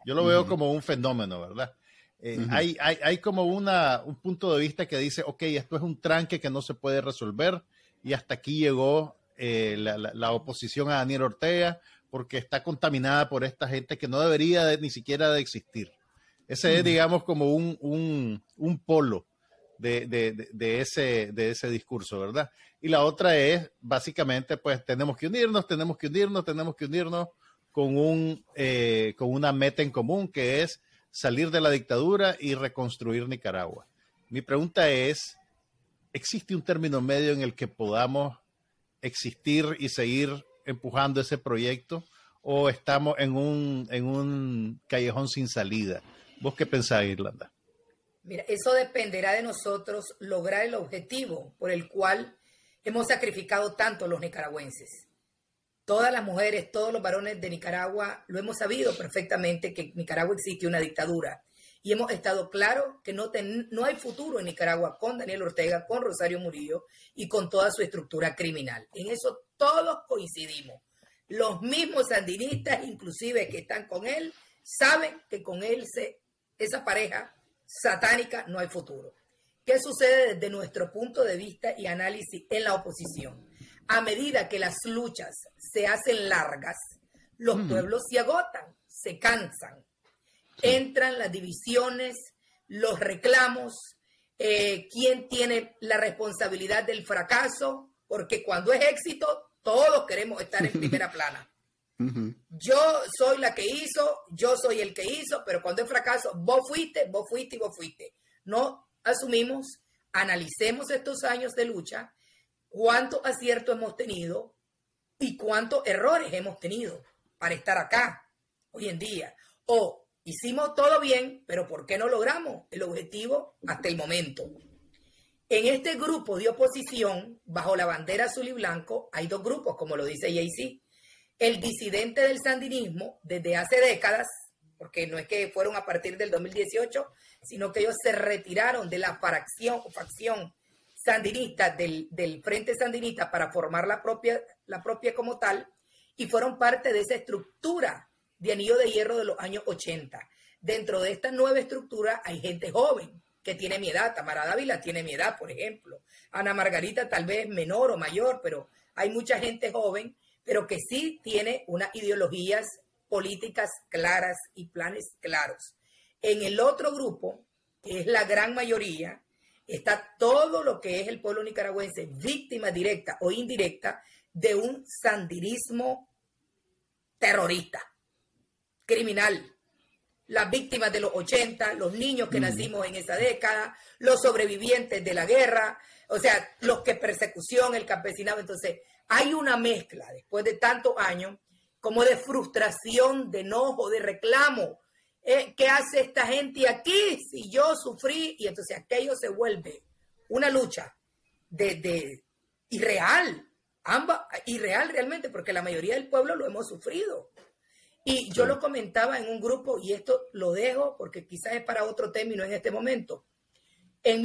Yo lo veo como un fenómeno, ¿verdad? Hay como un punto de vista que dice, ok, esto es un tranque que no se puede resolver y hasta aquí llegó la oposición a Daniel Ortega porque está contaminada por esta gente que no debería ni siquiera de existir. Ese es, digamos, como un polo de ese discurso, ¿verdad? Y la otra es, básicamente, pues tenemos que unirnos con una meta en común, que es salir de la dictadura y reconstruir Nicaragua. Mi pregunta es, ¿existe un término medio en el que podamos existir y seguir empujando ese proyecto? ¿O estamos en un callejón sin salida? ¿Vos qué pensás, Irlanda? Mira, eso dependerá de nosotros lograr el objetivo por el cual hemos sacrificado tanto los nicaragüenses. Todas las mujeres, todos los varones de Nicaragua lo hemos sabido perfectamente que en Nicaragua existe una dictadura y hemos estado claros que no hay futuro en Nicaragua con Daniel Ortega, con Rosario Murillo y con toda su estructura criminal. En eso todos coincidimos. Los mismos sandinistas, inclusive que están con él, saben que con él esa pareja satánica no hay futuro. ¿Qué sucede desde nuestro punto de vista y análisis en la oposición? A medida que las luchas se hacen largas, los pueblos se agotan, se cansan. Entran las divisiones, los reclamos, quién tiene la responsabilidad del fracaso, porque cuando es éxito, todos queremos estar en primera plana. Yo soy la que hizo, yo soy el que hizo, pero cuando es fracaso, vos fuiste. No asumimos, analicemos estos años de lucha, cuántos aciertos hemos tenido y cuántos errores hemos tenido para estar acá hoy en día. O hicimos todo bien, pero ¿por qué no logramos el objetivo hasta el momento? En este grupo de oposición, bajo la bandera azul y blanco, hay dos grupos, como lo dice Jay-Z. El disidente del sandinismo desde hace décadas, porque no es que fueron a partir del 2018, sino que ellos se retiraron de la facción sandinista del Frente Sandinista para formar la propia como tal, y fueron parte de esa estructura de anillo de hierro de los años 80. Dentro de esta nueva estructura hay gente joven que tiene mi edad. Tamara Dávila tiene mi edad, por ejemplo. Ana Margarita tal vez menor o mayor, pero hay mucha gente joven, pero que sí tiene unas ideologías políticas claras y planes claros. En el otro grupo, que es la gran mayoría, está todo lo que es el pueblo nicaragüense, víctima directa o indirecta de un sandinismo terrorista, criminal. Las víctimas de los 80, los niños que nacimos en esa década, los sobrevivientes de la guerra, o sea, los que persecución, el campesinado. Entonces, hay una mezcla, después de tantos años, como de frustración, de enojo, de reclamo. ¿Qué hace esta gente aquí si yo sufrí? Y entonces aquello se vuelve una lucha de irreal, irreal realmente, porque la mayoría del pueblo lo hemos sufrido. Y yo lo comentaba en un grupo, y esto lo dejo porque quizás es para otro término en este momento. En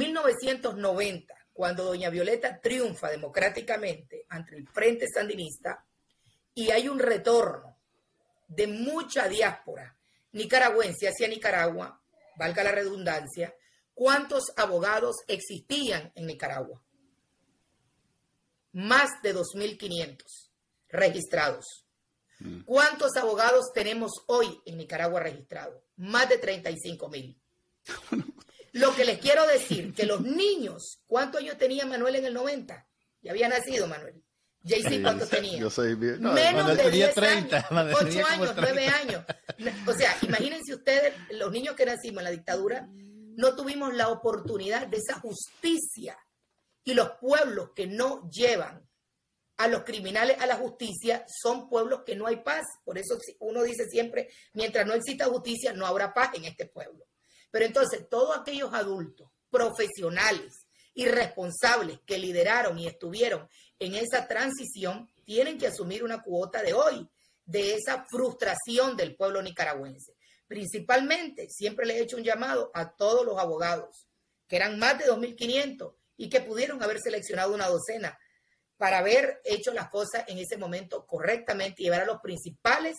1990, cuando doña Violeta triunfa democráticamente ante el Frente Sandinista y hay un retorno de mucha diáspora nicaragüense hacia Nicaragua, valga la redundancia, ¿cuántos abogados existían en Nicaragua? Más de 2.500 registrados. ¿Cuántos abogados tenemos hoy en Nicaragua registrados? Más de 35.000. Lo que les quiero decir, que los niños, ¿cuántos años tenía Manuel en el 90? Ya había nacido Manuel. Jay-Z, ¿cuántos tenía? Yo soy bien. No, menos Manuel de 10 30, años, 8 años, 9 años. O sea, imagínense ustedes, los niños que nacimos en la dictadura, no tuvimos la oportunidad de esa justicia. Y los pueblos que no llevan a los criminales a la justicia son pueblos que no hay paz. Por eso uno dice siempre, mientras no exista justicia, no habrá paz en este pueblo. Pero entonces, todos aquellos adultos, profesionales y responsables que lideraron y estuvieron en esa transición, tienen que asumir una cuota de hoy, de esa frustración del pueblo nicaragüense. Principalmente, siempre les he hecho un llamado a todos los abogados, que eran más de 2.500 y que pudieron haber seleccionado una docena, para haber hecho las cosas en ese momento correctamente y llevar a los principales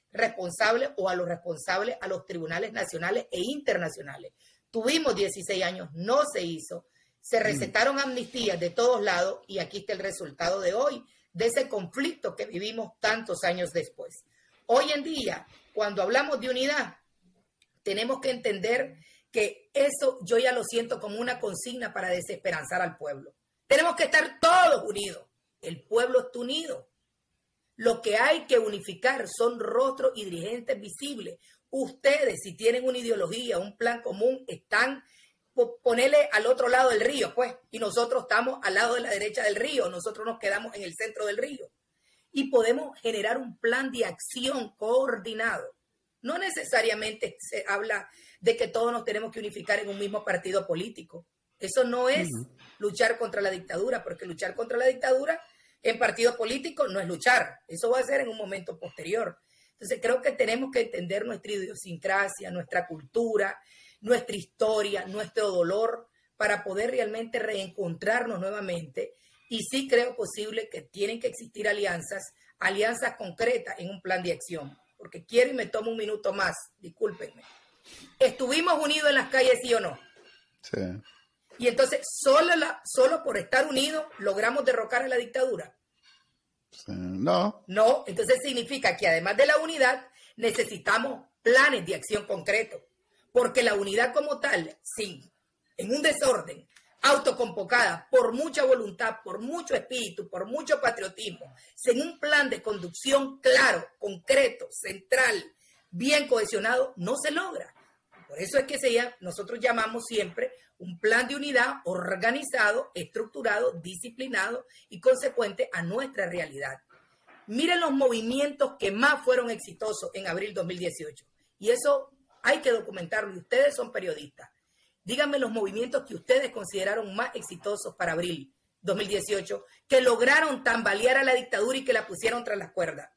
responsables o a los responsables a los tribunales nacionales e internacionales. Tuvimos 16 años, no se hizo, se recetaron amnistías de todos lados y aquí está el resultado de hoy, de ese conflicto que vivimos tantos años después. Hoy en día, cuando hablamos de unidad, tenemos que entender que eso yo ya lo siento como una consigna para desesperanzar al pueblo. Tenemos que estar todos unidos. El pueblo está unido. Lo que hay que unificar son rostros y dirigentes visibles. Ustedes, si tienen una ideología, un plan común, están, ponerle al otro lado del río, pues, y nosotros estamos al lado de la derecha del río, nosotros nos quedamos en el centro del río. Y podemos generar un plan de acción coordinado. No necesariamente se habla de que todos nos tenemos que unificar en un mismo partido político. Eso no es luchar contra la dictadura, porque luchar contra la dictadura en partido político no es luchar. Eso va a ser en un momento posterior. Entonces creo que tenemos que entender nuestra idiosincrasia, nuestra cultura, nuestra historia, nuestro dolor, para poder realmente reencontrarnos nuevamente. Y sí creo posible que tienen que existir alianzas concretas en un plan de acción. Porque quiero y me tomo un minuto más, discúlpenme. ¿Estuvimos unidos en las calles, sí o no? Sí. Y entonces, solo por estar unidos, logramos derrocar a la dictadura. Sí. No. No, entonces significa que además de la unidad, necesitamos planes de acción concretos. Porque la unidad como tal, en un desorden, autoconvocada, por mucha voluntad, por mucho espíritu, por mucho patriotismo, sin un plan de conducción claro, concreto, central, bien cohesionado, no se logra. Por eso es que nosotros llamamos siempre un plan de unidad organizado, estructurado, disciplinado y consecuente a nuestra realidad. Miren los movimientos que más fueron exitosos en abril 2018. Y eso hay que documentarlo, y ustedes son periodistas. Díganme los movimientos que ustedes consideraron más exitosos para abril 2018, que lograron tambalear a la dictadura y que la pusieron tras las cuerdas.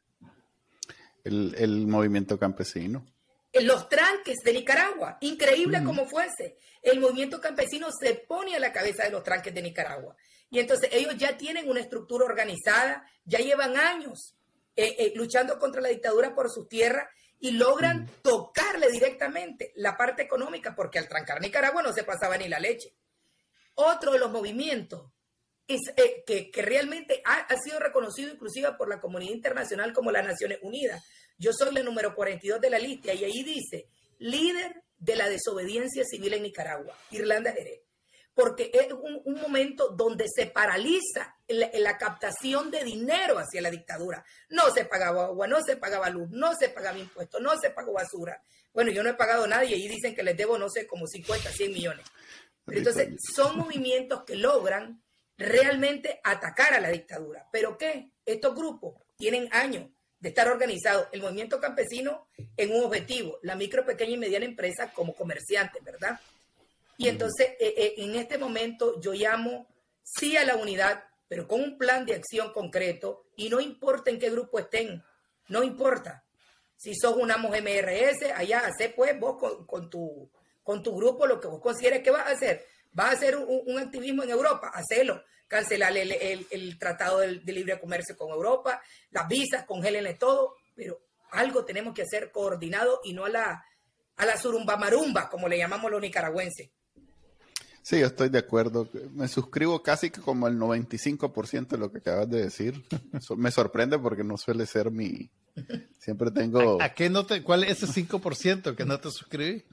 El movimiento campesino. Los tranques de Nicaragua, increíble como fuese. El movimiento campesino se pone a la cabeza de los tranques de Nicaragua. Y entonces ellos ya tienen una estructura organizada, ya llevan años luchando contra la dictadura por sus tierras y logran tocarle directamente la parte económica, porque al trancar Nicaragua no se pasaba ni la leche. Otro de los movimientos es, que realmente ha sido reconocido inclusive por la comunidad internacional como las Naciones Unidas. Yo soy la número 42 de la lista y ahí dice, líder de la desobediencia civil en Nicaragua, Irlanda Jerez. Porque es un momento donde se paraliza la captación de dinero hacia la dictadura. No se pagaba agua, no se pagaba luz, no se pagaba impuestos, no se pagó basura. Bueno, yo no he pagado nada y ahí dicen que les debo, no sé, como 50, 100 millones. Pero entonces, son movimientos que logran realmente atacar a la dictadura. ¿Pero qué? Estos grupos tienen años de estar organizados. El movimiento campesino en un objetivo, la micro, pequeña y mediana empresa como comerciantes, ¿verdad? Y entonces, en este momento, yo llamo sí a la unidad, pero con un plan de acción concreto, y no importa en qué grupo estén, no importa. Si sos una mujer MRS, allá, hacé pues vos con tu grupo lo que vos consideres que vas a hacer. ¿Vas a hacer un activismo en Europa? Hacelo. Cancelar el Tratado de Libre Comercio con Europa, las visas, congélenle todo, pero algo tenemos que hacer coordinado y no a la surumbamarumba, como le llamamos los nicaragüenses. Sí, yo estoy de acuerdo. Me suscribo casi que como el 95% de lo que acabas de decir. Me sorprende porque no suele ser mi... Siempre tengo... ¿A qué no te... ¿Cuál es ese 5% que no te suscribí?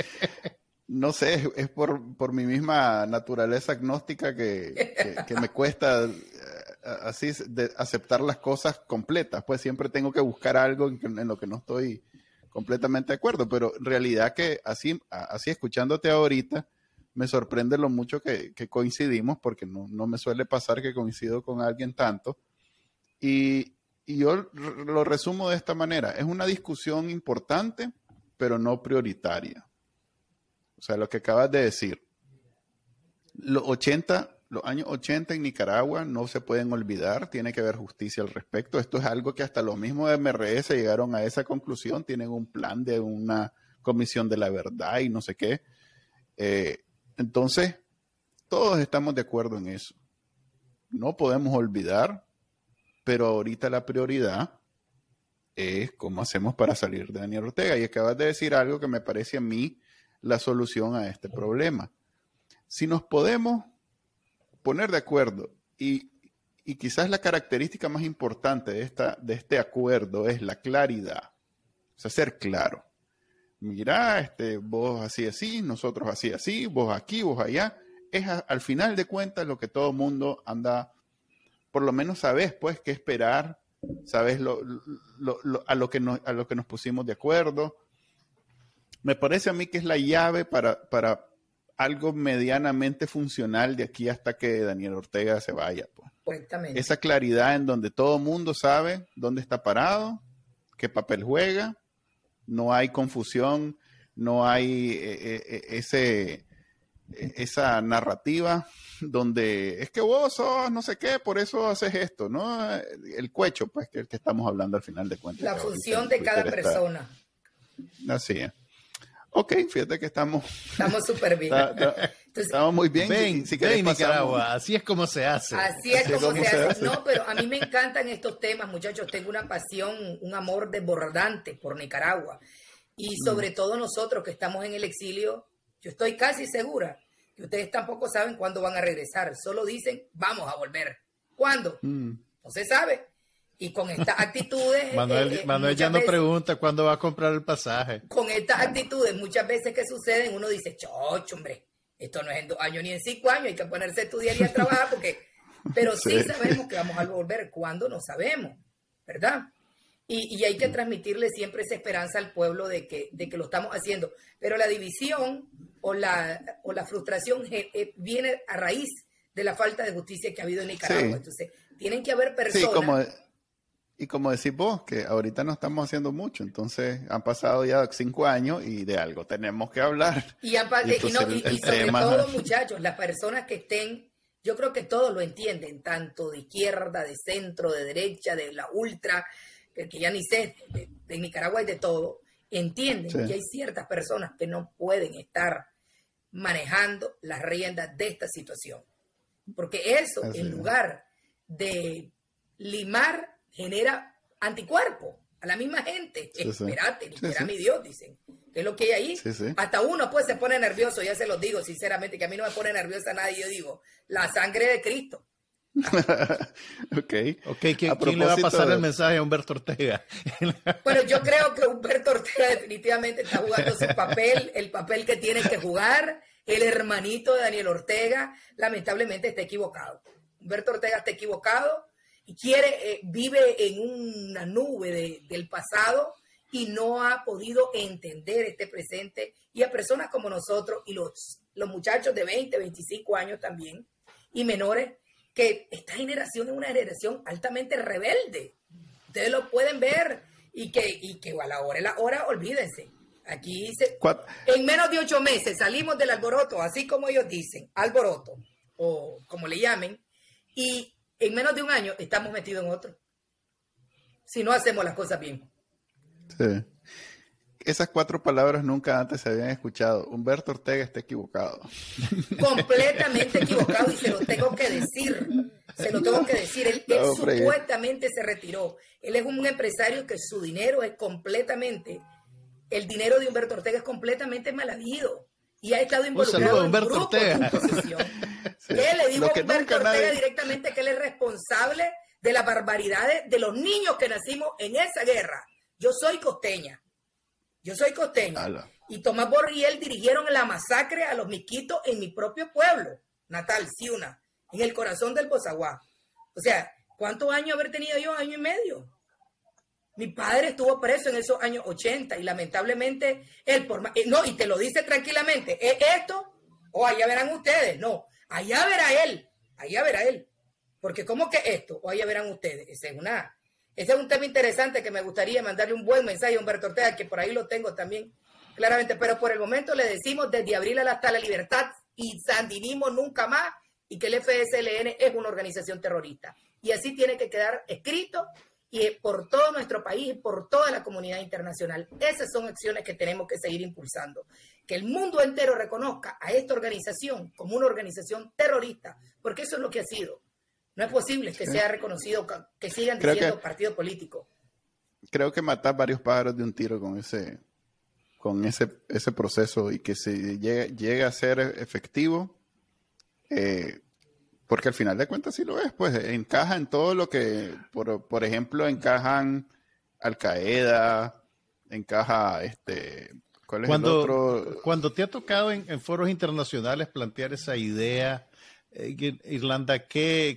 No sé, es por mi misma naturaleza agnóstica que me cuesta así aceptar las cosas completas. Pues siempre tengo que buscar algo en lo que no estoy completamente de acuerdo. Pero en realidad que así escuchándote ahorita, me sorprende lo mucho que coincidimos, porque no me suele pasar que coincido con alguien tanto. Y yo lo resumo de esta manera. Es una discusión importante, pero no prioritaria. O sea, lo que acabas de decir. Los años 80 en Nicaragua no se pueden olvidar. Tiene que haber justicia al respecto. Esto es algo que hasta los mismos de MRS llegaron a esa conclusión. Tienen un plan de una comisión de la verdad y no sé qué. Entonces, todos estamos de acuerdo en eso. No podemos olvidar, pero ahorita la prioridad es cómo hacemos para salir de Daniel Ortega. Y acabas de decir algo que me parece a mí la solución a este problema. Si nos podemos poner de acuerdo y quizás la característica más importante de este acuerdo es la claridad, o sea, ser claro. Mira, vos así, nosotros así, vos aquí, vos allá. Es al final de cuentas lo que todo el mundo anda, por lo menos sabes pues qué esperar, sabes a lo que nos pusimos de acuerdo. Me parece a mí que es la llave para algo medianamente funcional de aquí hasta que Daniel Ortega se vaya. Pues. Esa claridad en donde todo el mundo sabe dónde está parado, qué papel juega, no hay confusión, no hay esa narrativa donde es que vos sos no sé qué, por eso haces esto, ¿no? El cuecho, pues, que estamos hablando al final de cuentas. La función de cada persona. Así es. Ok, fíjate que estamos súper bien. Entonces, estamos muy bien. Ven, si ven Nicaragua, así es como se hace. Así es como se hace. No, pero a mí me encantan estos temas, muchachos. Tengo una pasión, un amor desbordante por Nicaragua. Y sobre todo nosotros que estamos en el exilio, yo estoy casi segura que ustedes tampoco saben cuándo van a regresar. Solo dicen, vamos a volver. ¿Cuándo? No se sabe. Y con estas actitudes... Manuel ya no pregunta cuándo va a comprar el pasaje. Con estas actitudes, muchas veces que suceden, uno dice, chocho, hombre, esto no es en 2 años ni en 5 años, hay que ponerse a estudiar y a trabajar, porque... Pero sí sabemos que vamos a volver. ¿Cuándo? No sabemos, ¿verdad? Y hay que transmitirle siempre esa esperanza al pueblo de que lo estamos haciendo. Pero la división o la frustración viene a raíz de la falta de justicia que ha habido en Nicaragua. Sí. Entonces, tienen que haber personas... Y como decís vos, que ahorita no estamos haciendo mucho, entonces han pasado ya 5 años y de algo tenemos que hablar. Y sobre todo, muchachos, las personas que estén, yo creo que todos lo entienden, tanto de izquierda, de centro, de derecha, de la ultra, que ya ni sé, de Nicaragua y de todo, entienden que hay ciertas personas que no pueden estar manejando las riendas de esta situación. Porque eso, en lugar de limar, genera anticuerpos a la misma gente. Espérate, espera mi Dios, dicen. ¿Qué es lo que hay ahí? Hasta uno pues se pone nervioso, ya se los digo sinceramente, que a mí no me pone nerviosa nadie. Yo digo, la sangre de Cristo. ¿Quién le va a pasar el mensaje a Humberto Ortega? Bueno, yo creo que Humberto Ortega definitivamente está jugando su papel, el papel que tiene que jugar. El hermanito de Daniel Ortega lamentablemente está equivocado. Humberto Ortega está equivocado y vive en una nube del pasado y no ha podido entender este presente. Y a personas como nosotros y los muchachos de 20, 25 años también y menores, que esta generación es una generación altamente rebelde. Ustedes lo pueden ver y que a la hora, olvídense. Aquí en menos de 8 meses salimos del alboroto, así como ellos dicen, alboroto, o como le llamen, y en menos de 1 año estamos metidos en otro. Si no hacemos las cosas bien. Sí. Esas 4 palabras nunca antes se habían escuchado. Humberto Ortega está equivocado. Completamente equivocado, y se lo tengo que decir. Él supuestamente se retiró. Él es un empresario que su dinero es completamente... El dinero de Humberto Ortega es completamente mal habido. Y ha estado involucrado en grupos de oposición. Él le dijo a Humberto Ortega directamente que él es responsable de las barbaridades de los niños que nacimos en esa guerra. Yo soy costeña. Y Tomás Borriel dirigieron la masacre a los miquitos en mi propio pueblo natal, Ciuna, en el corazón del Bozaguá. O sea, ¿cuántos años haber tenido yo? 1 año y medio. Mi padre estuvo preso en esos años 80 y lamentablemente él, y te lo dice tranquilamente, ¿es esto? O allá verán ustedes. No, allá verá él. Porque ¿cómo que esto? O allá verán ustedes. Ese es un tema interesante que me gustaría mandarle un buen mensaje a Humberto Ortega, que por ahí lo tengo también claramente, pero por el momento le decimos desde abril hasta la libertad y sandinismo nunca más, y que el FSLN es una organización terrorista. Y así tiene que quedar escrito y por todo nuestro país y por toda la comunidad internacional. Esas son acciones que tenemos que seguir impulsando. Que el mundo entero reconozca a esta organización como una organización terrorista, porque eso es lo que ha sido. No es posible que sea reconocido, que sigan diciendo partido político. creo que matar varios pájaros de un tiro con ese proceso y que se llegue a ser efectivo, porque al final de cuentas sí lo es, pues encaja en todo lo que, por ejemplo, encajan Al Qaeda, encaja ¿cuál es el otro? Cuando te ha tocado en foros internacionales plantear esa idea, Irlanda, ¿qué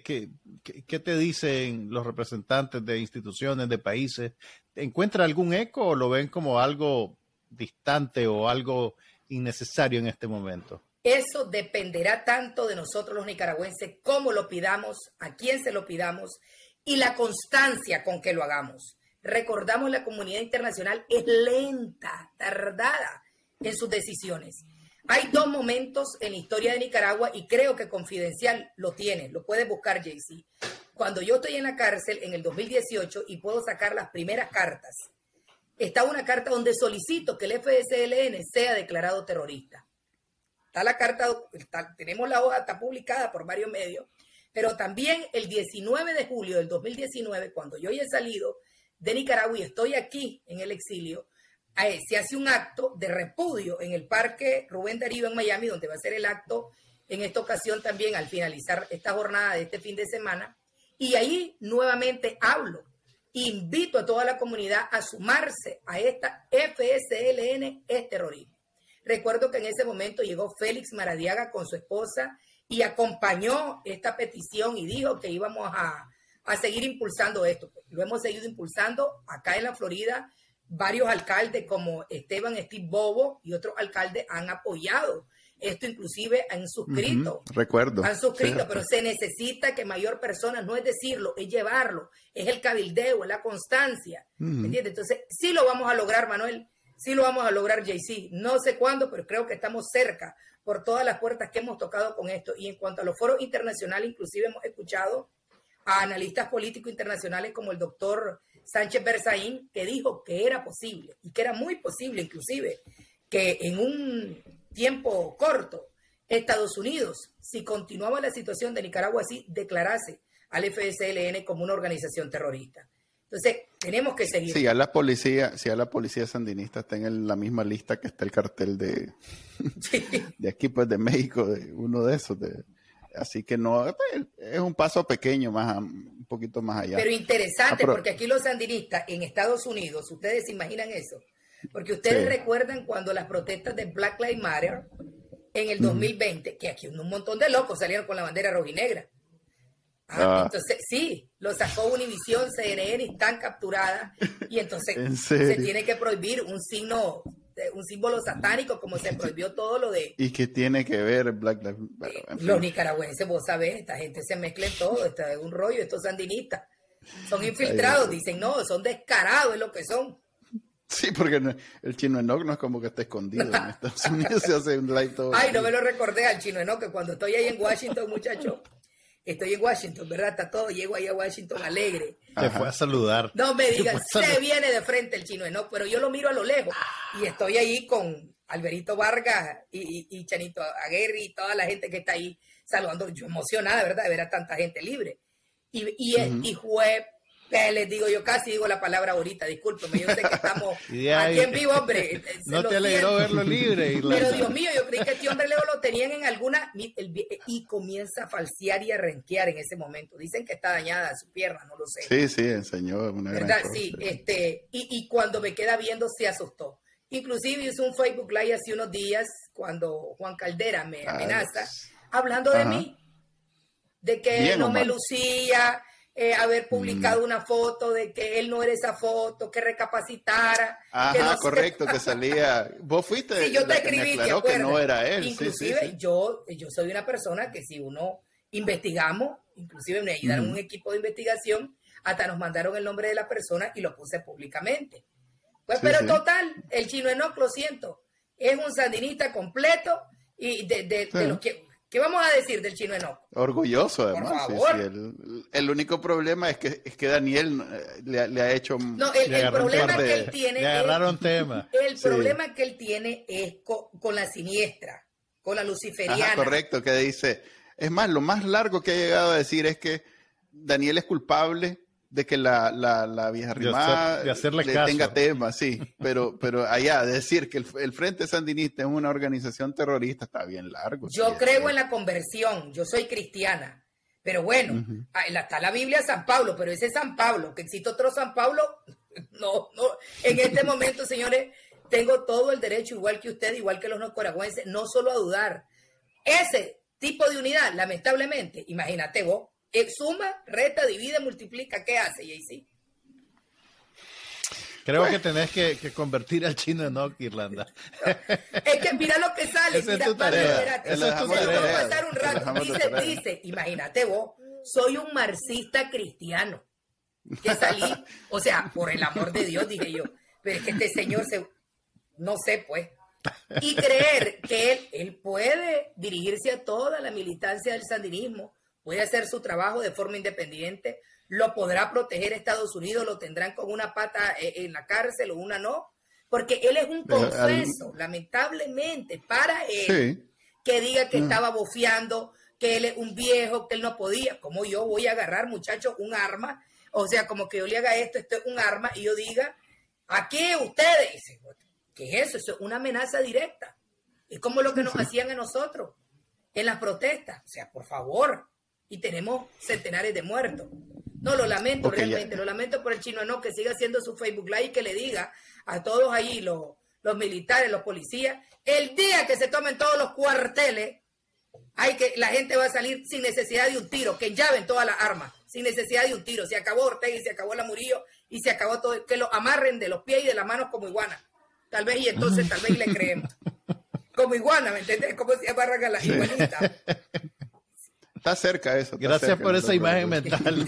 te dicen los representantes de instituciones, de países? ¿Encuentra algún eco o lo ven como algo distante o algo innecesario en este momento? Eso dependerá tanto de nosotros los nicaragüenses, cómo lo pidamos, a quién se lo pidamos y la constancia con que lo hagamos. Recordamos, la comunidad internacional es lenta, tardada en sus decisiones. Hay 2 momentos en la historia de Nicaragua y creo que Confidencial lo tiene, lo puedes buscar, JC. Cuando yo estoy en la cárcel en el 2018 y puedo sacar las primeras cartas, está una carta donde solicito que el FSLN sea declarado terrorista. Está la carta, tenemos la hoja, está publicada por varios medios, pero también el 19 de julio del 2019, cuando yo ya he salido de Nicaragua y estoy aquí en el exilio, se hace un acto de repudio en el Parque Rubén Darío en Miami, donde va a ser el acto en esta ocasión también al finalizar esta jornada de este fin de semana. Y ahí nuevamente hablo, invito a toda la comunidad a sumarse a esta FSLN es terrorismo. Recuerdo que en ese momento llegó Félix Maradiaga con su esposa y acompañó esta petición y dijo que íbamos a seguir impulsando esto. Lo hemos seguido impulsando acá en la Florida. Varios alcaldes como Esteban Steve Bobo y otros alcaldes han apoyado esto, inclusive han suscrito. Recuerdo. Han suscrito, Sí. pero se necesita que mayor personas, no es decirlo, es llevarlo, es el cabildeo, es la constancia. ¿Me entiendes? Entonces, sí lo vamos a lograr, Manuel, sí lo vamos a lograr, JC. No sé cuándo, pero creo que estamos cerca por todas las puertas que hemos tocado con esto. Y en cuanto a los foros internacionales, inclusive hemos escuchado a analistas políticos internacionales como el doctor Sánchez Berzaín, que dijo que era posible y que era muy posible inclusive que en un tiempo corto Estados Unidos, si continuaba la situación de Nicaragua así, declarase al FSLN como una organización terrorista. Entonces, tenemos que seguir. Si a la policía sandinista está en la misma lista que está el cartel de aquí, pues de México, de uno de esos. Así que no, es un paso pequeño, un poquito más allá. Pero interesante, porque aquí los sandinistas en Estados Unidos, ¿ustedes se imaginan eso? Porque ustedes recuerdan cuando las protestas de Black Lives Matter en el 2020, que aquí un montón de locos salieron con la bandera rojinegra. Entonces, sí, lo sacó Univisión, CNN, y están capturadas. Y entonces se tiene que prohibir un símbolo satánico, como se prohibió todo lo de... ¿Y qué tiene que ver Black Lives Matter? En fin. Los nicaragüenses, vos sabés, esta gente se mezcla en todo, esta es un rollo, estos sandinistas. Son infiltrados, dicen, no, son descarados, es lo que son. Sí, porque el Chino Enoch no es como que está escondido en Estados Unidos, se hace un live todo. Ay, no me lo recordé al Chino Enoch, que cuando estoy ahí en Washington, muchacho, estoy en Washington, ¿verdad? Está todo, llego ahí a Washington alegre. Te fue a saludar. No me digan, se viene de frente el Chino Enoch, pero yo lo miro a lo lejos y estoy ahí con Alberito Vargas y Chanito Aguirre y toda la gente que está ahí saludando. Yo emocionada, ¿verdad? De ver a tanta gente libre. Y fue... les digo, yo casi digo la palabra ahorita, discúlpeme, yo sé que estamos aquí en vivo, hombre. No te alegró verlo libre, Irlanda. Pero Dios mío, yo creí que este hombre lo tenían en alguna, y comienza a falsear y a renquear en ese momento. Dicen que está dañada su pierna, no lo sé. Sí, enseñó una ¿verdad? gran cosa. Sí, y cuando me queda viendo se asustó. Inclusive hice un Facebook Live hace unos días cuando Juan Caldera me amenaza, hablando de mí, de que él no me lucía, haber publicado una foto de que él no era esa foto, que recapacitara. Ajá, que no correcto, que salía. Vos fuiste sí, yo te la que me escribí, aclaró que no era él. Inclusive sí. Yo soy una persona que si uno investigamos, inclusive me ayudaron un equipo de investigación, hasta nos mandaron el nombre de la persona y lo puse públicamente. Pues, pero total, el Chino Enoch, lo siento, es un sandinista completo y de los que... ¿Qué vamos a decir del Chino Enoch? Orgulloso, además. Por favor. Sí. El único problema es que Daniel le ha hecho... No, el problema que él tiene... Le agarraron tema. El problema que él tiene es con la siniestra, con la luciferiana. Ajá, correcto, que dice... Es más, lo más largo que ha llegado a decir es que Daniel es culpable de que la vieja rimada de hacerle le caso. tenga tema, sí, pero allá decir que el Frente Sandinista es una organización terrorista está bien largo. Yo sí, creo en la conversión, yo soy cristiana, pero bueno, está la Biblia San Pablo, pero ese San Pablo, que existe otro San Pablo, no, en este momento, señores, tengo todo el derecho, igual que usted, igual que los nicaragüenses, no solo a dudar. Ese tipo de unidad, lamentablemente, imagínate vos, suma, resta, divide, multiplica, ¿qué hace, JC? Creo que tenés que convertir al chino en Oc, Irlanda. Es que mira lo que sale. Esa Mira, es tu tarea. espérate. Esa es tu Vamos a tarea. pasar un rato. Dice, imagínate vos, soy un marxista cristiano. Que salí, o sea, por el amor de Dios, dije yo, pero es que este señor no sé, pues. Y creer que él puede dirigirse a toda la militancia del sandinismo, puede hacer su trabajo de forma independiente, lo podrá proteger Estados Unidos, lo tendrán con una pata en la cárcel o una no, porque él es un confeso, lamentablemente, para él, sí, que diga que estaba bofeando, que él es un viejo, que él no podía. Como yo voy a agarrar, muchachos, un arma, o sea, como que yo le haga esto es un arma, y yo diga, ¿a qué ustedes? ¿Qué es eso? Eso es una amenaza directa. Es como lo que nos hacían a nosotros en las protestas. O sea, por favor. Y tenemos centenares de muertos. No, lo lamento realmente. Lo lamento por el chino Enoc, que siga haciendo su Facebook Live y que le diga a todos ahí, los militares, los policías, el día que se tomen todos los cuarteles, la gente va a salir sin necesidad de un tiro, que llaven todas las armas, sin necesidad de un tiro. Se acabó Ortega y se acabó la Murillo y se acabó todo. Que lo amarren de los pies y de las manos como iguana. Tal vez, y entonces tal vez le creemos. Como iguana, ¿me entiendes? ¿Cómo se amarran a las iguanitas? Está cerca eso. Gracias cerca, por esa imagen mental.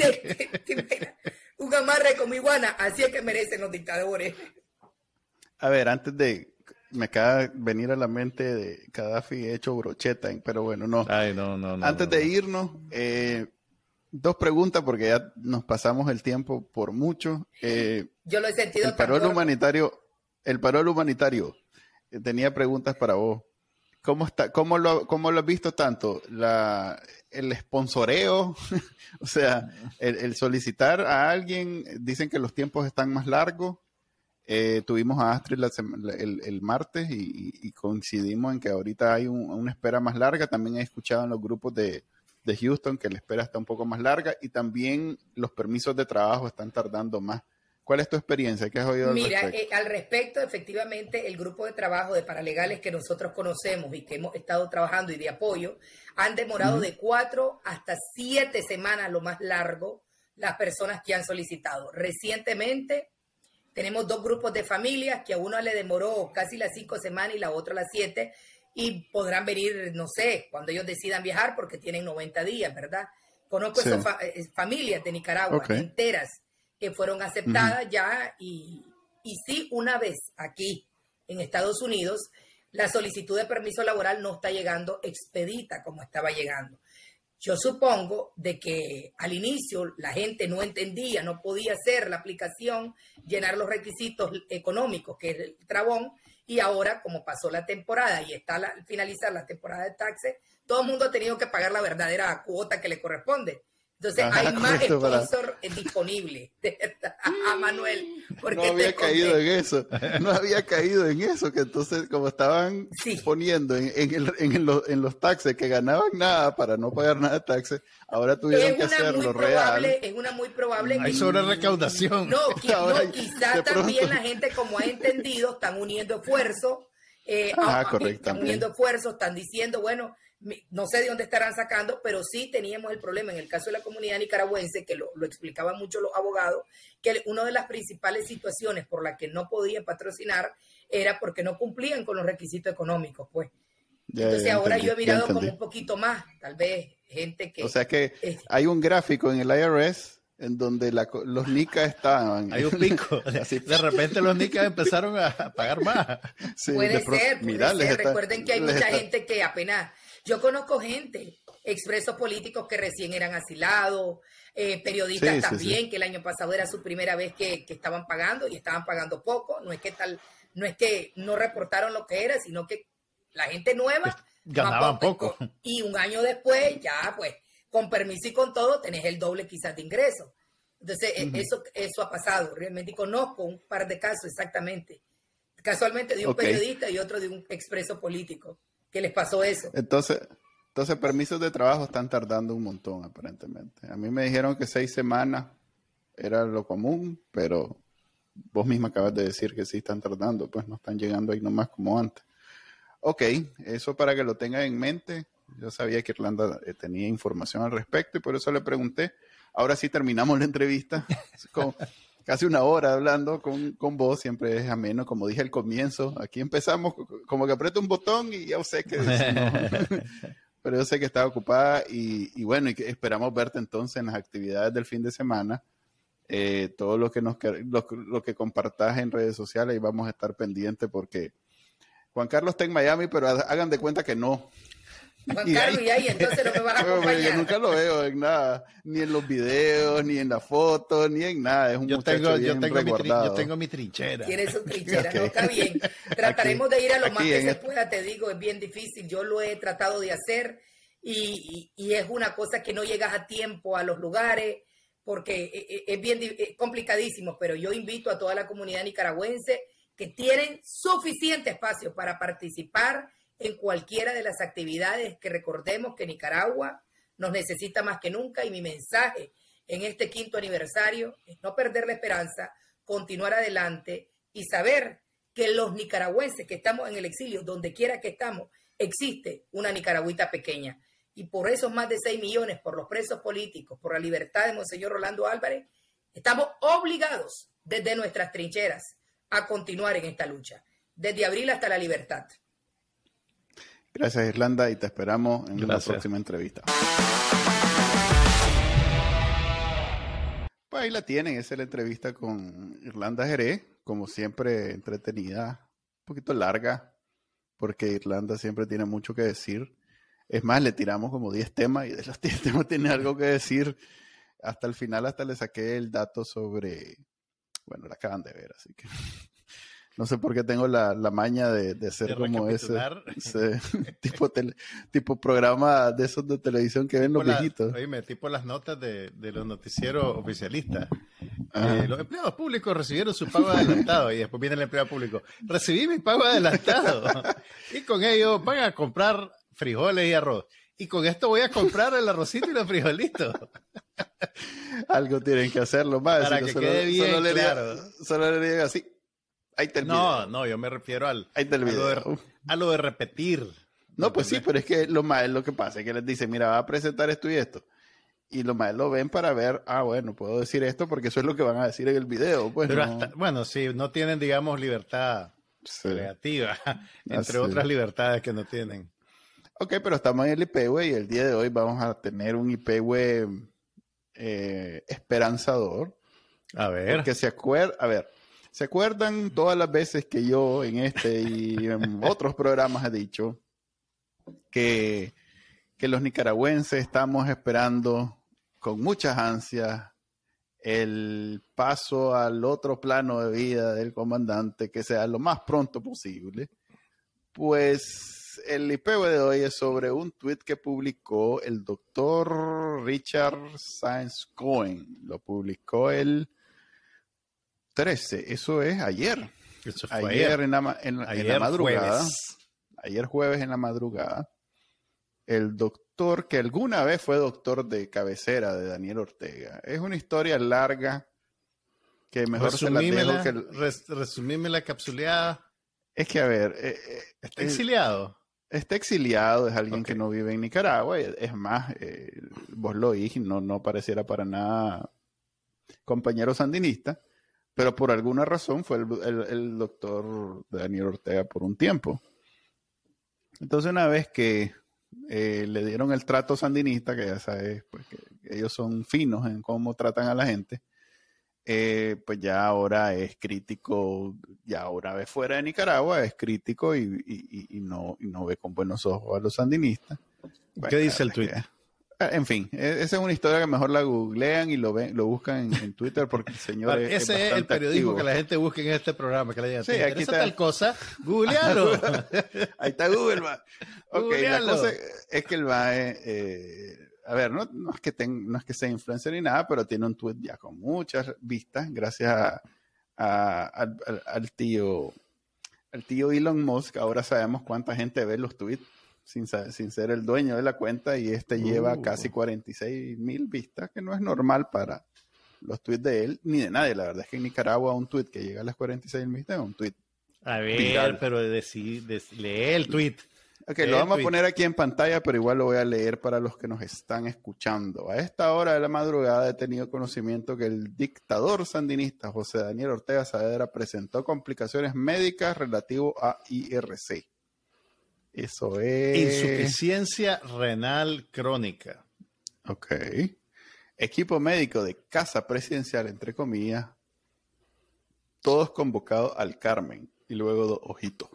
Un amarre como iguana, así es que merecen los dictadores. A ver, antes de... Me acaba de venir a la mente de Gaddafi hecho brocheta, pero bueno, no. Ay, no. Antes de irnos, dos preguntas porque ya nos pasamos el tiempo por mucho. Yo lo he sentido. El parol humanitario, tenía preguntas para vos. ¿Cómo está? ¿Cómo lo has visto tanto? El sponsoreo, o sea, el solicitar a alguien, dicen que los tiempos están más largos. Tuvimos a Astrid el martes y coincidimos en que ahorita hay una espera más larga. También he escuchado en los grupos de Houston que la espera está un poco más larga y también los permisos de trabajo están tardando más. ¿Cuál es tu experiencia? ¿Qué has oído al respecto? Mira, al respecto, efectivamente, el grupo de trabajo de paralegales que nosotros conocemos y que hemos estado trabajando y de apoyo han demorado de 4 hasta 7 semanas, lo más largo, las personas que han solicitado. Recientemente tenemos 2 grupos de familias que a uno le demoró casi las 5 semanas y la otra las 7 y podrán venir, no sé, cuando ellos decidan viajar porque tienen 90 días, ¿verdad? Conozco esas familias de Nicaragua enteras que fueron aceptadas ya y sí, una vez aquí en Estados Unidos, la solicitud de permiso laboral no está llegando expedita como estaba llegando. Yo supongo de que al inicio la gente no entendía, no podía hacer la aplicación, llenar los requisitos económicos, que es el trabón, y ahora como pasó la temporada y está al finalizar la temporada de taxes, todo el mundo ha tenido que pagar la verdadera cuota que le corresponde. Entonces hay más sponsor disponible a Manuel. No había caído en eso, que entonces como estaban poniendo en los taxes que ganaban nada para no pagar nada de taxes, ahora tuvieron que hacerlo real. Es una muy probable. Hay sobre recaudación. Quizás también la gente, como ha entendido, están uniendo esfuerzos. Están uniendo esfuerzos, están diciendo, bueno, no sé de dónde estarán sacando, pero sí teníamos el problema en el caso de la comunidad nicaragüense, que lo explicaban mucho los abogados, que una de las principales situaciones por las que no podían patrocinar era porque no cumplían con los requisitos económicos, pues. Entonces ahora yo he mirado como un poquito más, tal vez, gente que... O sea que hay un gráfico en el IRS en donde los NICA estaban... Hay un pico. De repente los NICA empezaron a pagar más. Sí, puede ser. Recuerden que hay mucha gente que apenas... Yo conozco gente, expresos políticos que recién eran asilados, periodistas también, que el año pasado era su primera vez que estaban pagando y estaban pagando poco. No es que no reportaron lo que era, sino que la gente nueva ganaban poco. Y un año después, ya pues, con permiso y con todo, tenés el doble quizás de ingresos. Entonces, eso ha pasado realmente, y conozco un par de casos exactamente, casualmente de un periodista y otro de un expreso político, que les pasó eso. Entonces, permisos de trabajo están tardando un montón, aparentemente. A mí me dijeron que 6 semanas era lo común, pero vos misma acabas de decir que sí están tardando, pues no están llegando ahí nomás como antes. Ok, eso para que lo tengan en mente. Yo sabía que Irlanda tenía información al respecto y por eso le pregunté. Ahora sí terminamos la entrevista con casi una hora hablando con vos. Siempre es ameno, como dije al comienzo. Aquí empezamos como que aprieto un botón y ya sé que... No. Pero yo sé que estaba ocupada y bueno, y que esperamos verte entonces en las actividades del fin de semana. Todo lo que compartas en redes sociales y vamos a estar pendientes porque Juan Carlos está en Miami, pero hagan de cuenta que no. Juan Carlos, y ahí entonces no me van a acompañar. Yo nunca lo veo en nada, ni en los videos, ni en las fotos, ni en nada. Es un muchacho bien resguardado. Yo tengo mi trinchera. Tiene su trinchera, okay. No, está bien. Trataremos de ir a lo más que se pueda, te digo, es bien difícil. Yo lo he tratado de hacer y es una cosa que no llegas a tiempo a los lugares porque es complicadísimo, pero yo invito a toda la comunidad nicaragüense que tienen suficiente espacio para participar en cualquiera de las actividades, que recordemos que Nicaragua nos necesita más que nunca, y mi mensaje en este 5º aniversario es no perder la esperanza, continuar adelante y saber que los nicaragüenses que estamos en el exilio, donde quiera que estamos, existe una nicaragüita pequeña. Y por esos más de 6 millones, por los presos políticos, por la libertad de Monseñor Rolando Álvarez, estamos obligados desde nuestras trincheras a continuar en esta lucha, desde abril hasta la libertad. Gracias, Irlanda, y te esperamos en la próxima entrevista. Pues ahí la tienen, esa es la entrevista con Irlanda Jerez, como siempre entretenida, un poquito larga, porque Irlanda siempre tiene mucho que decir. Es más, le tiramos como 10 temas y de los 10 temas tiene algo que decir. Hasta el final, hasta le saqué el dato sobre... Bueno, la acaban de ver, así que... No sé por qué tengo la maña de ser como ese tipo programa de esos de televisión que ven los viejitos. Oíme, tipo las notas de los noticieros oficialistas. Los empleados públicos recibieron su pago adelantado y después viene el empleado público. Recibí mi pago adelantado y con ello van a comprar frijoles y arroz. Y con esto voy a comprar el arrocito y los frijolitos. Algo tienen que hacerlo más. Para que quede bien claro. Solo le digan así. No, yo me refiero a lo de repetir. No, pues sí, pero es que lo que pasa es que les dicen, mira, va a presentar esto y esto. Y los más lo ven para ver, bueno, puedo decir esto porque eso es lo que van a decir en el video. Pues, pero bueno, sí, no tienen, digamos, libertad creativa, entre otras libertades que no tienen. Ok, pero estamos en el IPEWE y el día de hoy vamos a tener un IPEWE esperanzador. A ver. Porque ¿se acuerdan todas las veces que yo en este y en otros programas he dicho que los nicaragüenses estamos esperando con muchas ansias el paso al otro plano de vida del comandante, que sea lo más pronto posible? Pues el IPEWE de hoy es sobre un tuit que publicó el doctor Richard Sáenz Cohen. Lo publicó el 13, eso es ayer. Eso fue ayer en la madrugada. Jueves. Ayer jueves en la madrugada. El doctor, que alguna vez fue doctor de cabecera de Daniel Ortega. Es una historia larga que mejor se la dejo que... Resumime la capsuleada. Es que, a ver... ¿Está exiliado? Está exiliado, es alguien que no vive en Nicaragua. Es más, vos lo oís, no pareciera para nada compañero sandinista. Pero por alguna razón fue el doctor Daniel Ortega por un tiempo. Entonces, una vez que le dieron el trato sandinista, que ya sabes, pues que ellos son finos en cómo tratan a la gente, pues ya ahora es crítico, ya ahora ve fuera de Nicaragua, es crítico y no ve con buenos ojos a los sandinistas. Bueno, ¿qué dice el tuit? En fin, esa es una historia que mejor la googlean y lo buscan en Twitter porque el señor ese es el periodismo activo. Que la gente busca en este programa, que le digan, sí, aquí está tal cosa, googlealo. Ahí está Google, man. Okay, la cosa es que el MAE a ver, no es que sea influencer ni nada, pero tiene un tweet ya con muchas vistas, gracias al tío Elon Musk. Ahora sabemos cuánta gente ve los tweets sin ser el dueño de la cuenta, y lleva casi 46,000 vistas, que no es normal para los tweets de él ni de nadie. La verdad es que en Nicaragua un tweet que llega a las 46,000 vistas es un tweet. A ver, viral. Pero lee el tweet. Ok, lo vamos a poner aquí en pantalla, pero igual lo voy a leer para los que nos están escuchando. A esta hora de la madrugada he tenido conocimiento que el dictador sandinista José Daniel Ortega Saavedra presentó complicaciones médicas relativo a IRC. Eso es... insuficiencia renal crónica. Ok. Equipo médico de casa presidencial, entre comillas, todos convocados al Carmen. Y luego 2 ojitos.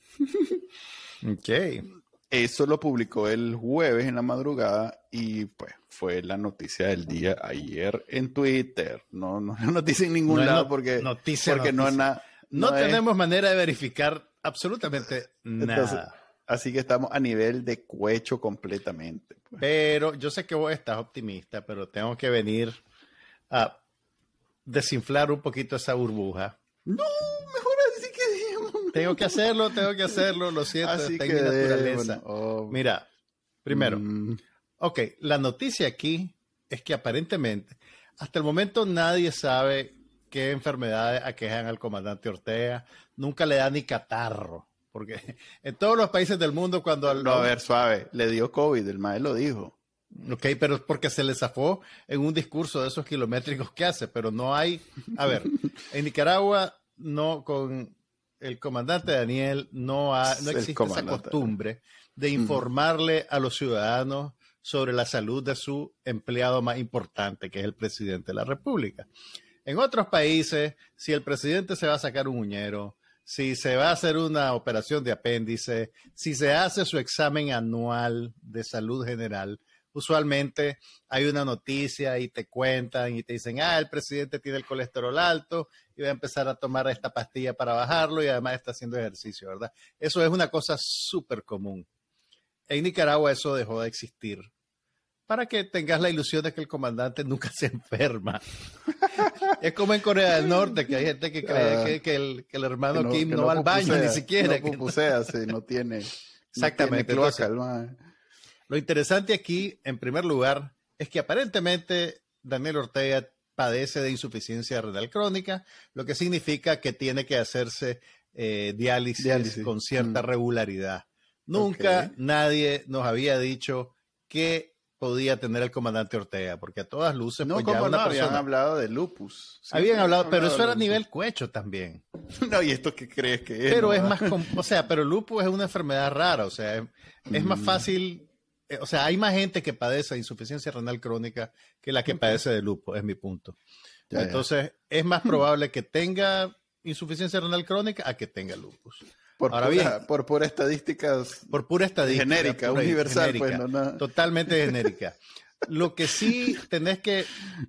Ok. Eso lo publicó el jueves en la madrugada y pues fue la noticia del día ayer en Twitter. No es noticia en ningún lado porque no tenemos manera de verificar absolutamente nada. Entonces, así que estamos a nivel de cuecho completamente. Pues. Pero yo sé que vos estás optimista, pero tengo que venir a desinflar un poquito esa burbuja. No, mejor así que dejemos. Tengo que hacerlo, lo siento, así está en mi naturaleza. Mira, primero, ok, la noticia aquí es que aparentemente, hasta el momento nadie sabe qué enfermedades aquejan al comandante Ortega, nunca le da ni catarro. Porque en todos los países del mundo cuando... No, a ver, suave, le dio COVID, el maestro lo dijo. Ok, pero es porque se le zafó en un discurso de esos kilométricos que hace, pero no hay... A ver, en Nicaragua, no, con el comandante Daniel, no existe esa costumbre de informarle a los ciudadanos sobre la salud de su empleado más importante, que es el presidente de la República. En otros países, si el presidente se va a sacar un uñero, si se va a hacer una operación de apéndice, si se hace su examen anual de salud general, usualmente hay una noticia y te cuentan y te dicen, el presidente tiene el colesterol alto y va a empezar a tomar esta pastilla para bajarlo y además está haciendo ejercicio, ¿verdad? Eso es una cosa súper común. En Nicaragua eso dejó de existir, para que tengas la ilusión de que el comandante nunca se enferma. Es como en Corea del Norte, que hay gente que cree que el hermano Kim no va al baño ni siquiera. No pupusea, no tiene... Exactamente. No tiene cloaca, lo interesante aquí, en primer lugar, es que aparentemente Daniel Ortega padece de insuficiencia renal crónica, lo que significa que tiene que hacerse diálisis con cierta regularidad. Nunca nadie nos había dicho que podía tener el comandante Ortega, porque a todas luces... No, pues como ya no, habían hablado de lupus. Sí, habían hablado, pero eso era a nivel cuecho también. No, ¿y esto qué crees que es? Pero es más... pero lupus es una enfermedad rara, o sea, es más fácil... O sea, hay más gente que padece de insuficiencia renal crónica que la que padece de lupus, es mi punto. Entonces, es más probable que tenga insuficiencia renal crónica a que tenga lupus. Por pura estadística genérica, universal, genérica, pues, no. Totalmente genérica. Lo que sí tenés que,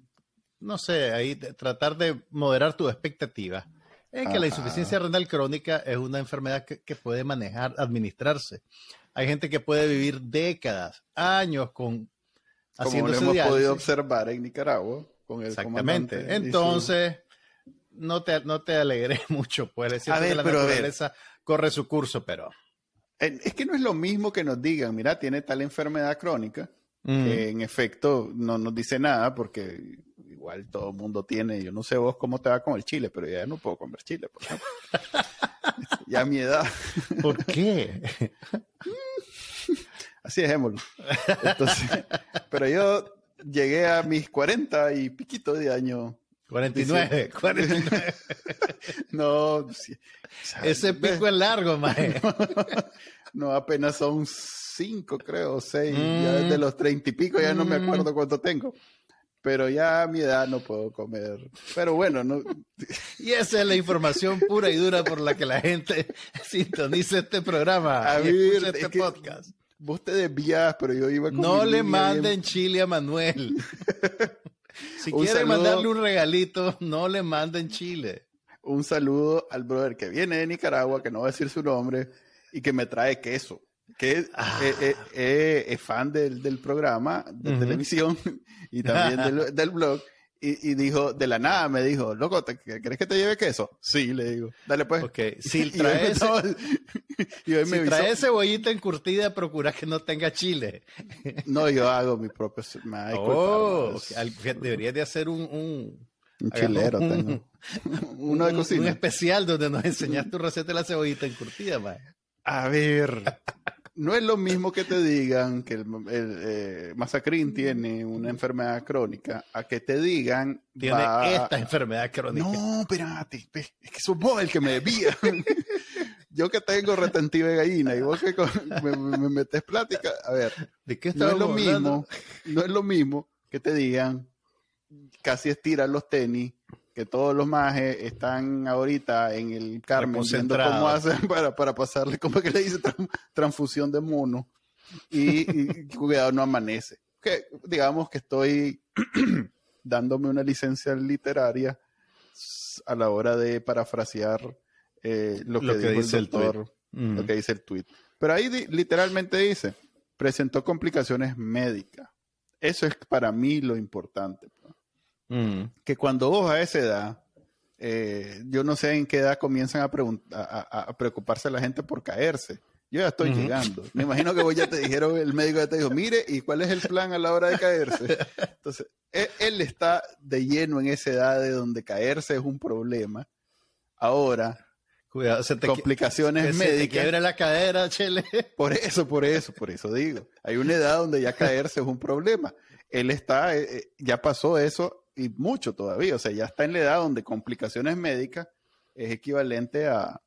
no sé, ahí tratar de moderar tus expectativas es que la insuficiencia renal crónica es una enfermedad que puede administrarse. Hay gente que puede vivir décadas, años haciéndose diálisis. Como lo hemos podido observar en Nicaragua con el comandante. Entonces, no te alegré mucho, pues decir que la naturaleza corre su curso, pero... Es que no es lo mismo que nos digan, mira, tiene tal enfermedad crónica, que en efecto no nos dice nada, porque igual todo el mundo tiene, yo no sé vos cómo te va con el chile, pero ya no puedo comer chile, por ejemplo. Ya a mi edad. ¿Por qué? Así dejémoslo. Entonces, pero yo llegué a mis 40 y piquito de años. 49. No. Sí, ese pico es largo, maje. No, apenas son 5, creo, 6. Ya desde los 30 y pico ya no me acuerdo cuánto tengo. Pero ya a mi edad no puedo comer. Pero bueno, no. Y esa es la información pura y dura por la que la gente sintoniza este programa y escucha este podcast. Vos te desvías, pero yo iba con no le manden chile a Manuel. Si quieren mandarle un regalito, no le manden chile. Un saludo al brother que viene de Nicaragua, que no va a decir su nombre, y que me trae queso. que es fan del programa de televisión y también del blog. Y dijo, de la nada me dijo, loco, ¿querés que te lleve queso? Sí, le digo, dale pues. Okay. Si traes cebollita encurtida, procura que no tenga chile. No, yo hago mi propio. Deberías de hacer un chilero. Uno de cocina. Un especial donde nos enseñas tu receta de la cebollita encurtida, man. A ver, no es lo mismo que te digan que el Masacrín tiene una enfermedad crónica a que te digan... Tiene esta enfermedad crónica. No, espérate, es que sos vos el que me debía. Yo que tengo retentiva de gallina y vos que me metes plática. A ver, ¿de qué no es lo mismo, no es lo mismo que te digan casi estiran los tenis, que todos los majes están ahorita en el Carmen viendo cómo hacen para pasarle, como que le dice, transfusión de mono y cuidado no amanece. Que digamos que estoy dándome una licencia literaria a la hora de parafrasear lo que dice el doctor, lo que dice el tweet. Pero ahí literalmente dice, presentó complicaciones médicas. Eso es para mí lo importante. Que cuando vos a esa edad, yo no sé en qué edad comienzan a preocuparse la gente por caerse. Yo ya estoy llegando. Me imagino que vos ya te dijeron, el médico ya te dijo, mire, ¿y cuál es el plan a la hora de caerse? Entonces, él está de lleno en esa edad de donde caerse es un problema. Ahora, cuidado, complicaciones médicas. Se te quiebra la cadera, chele. Por eso digo. Hay una edad donde ya caerse es un problema. Él está, ya pasó eso y mucho todavía. O sea, ya está en la edad donde complicaciones médicas es equivalente a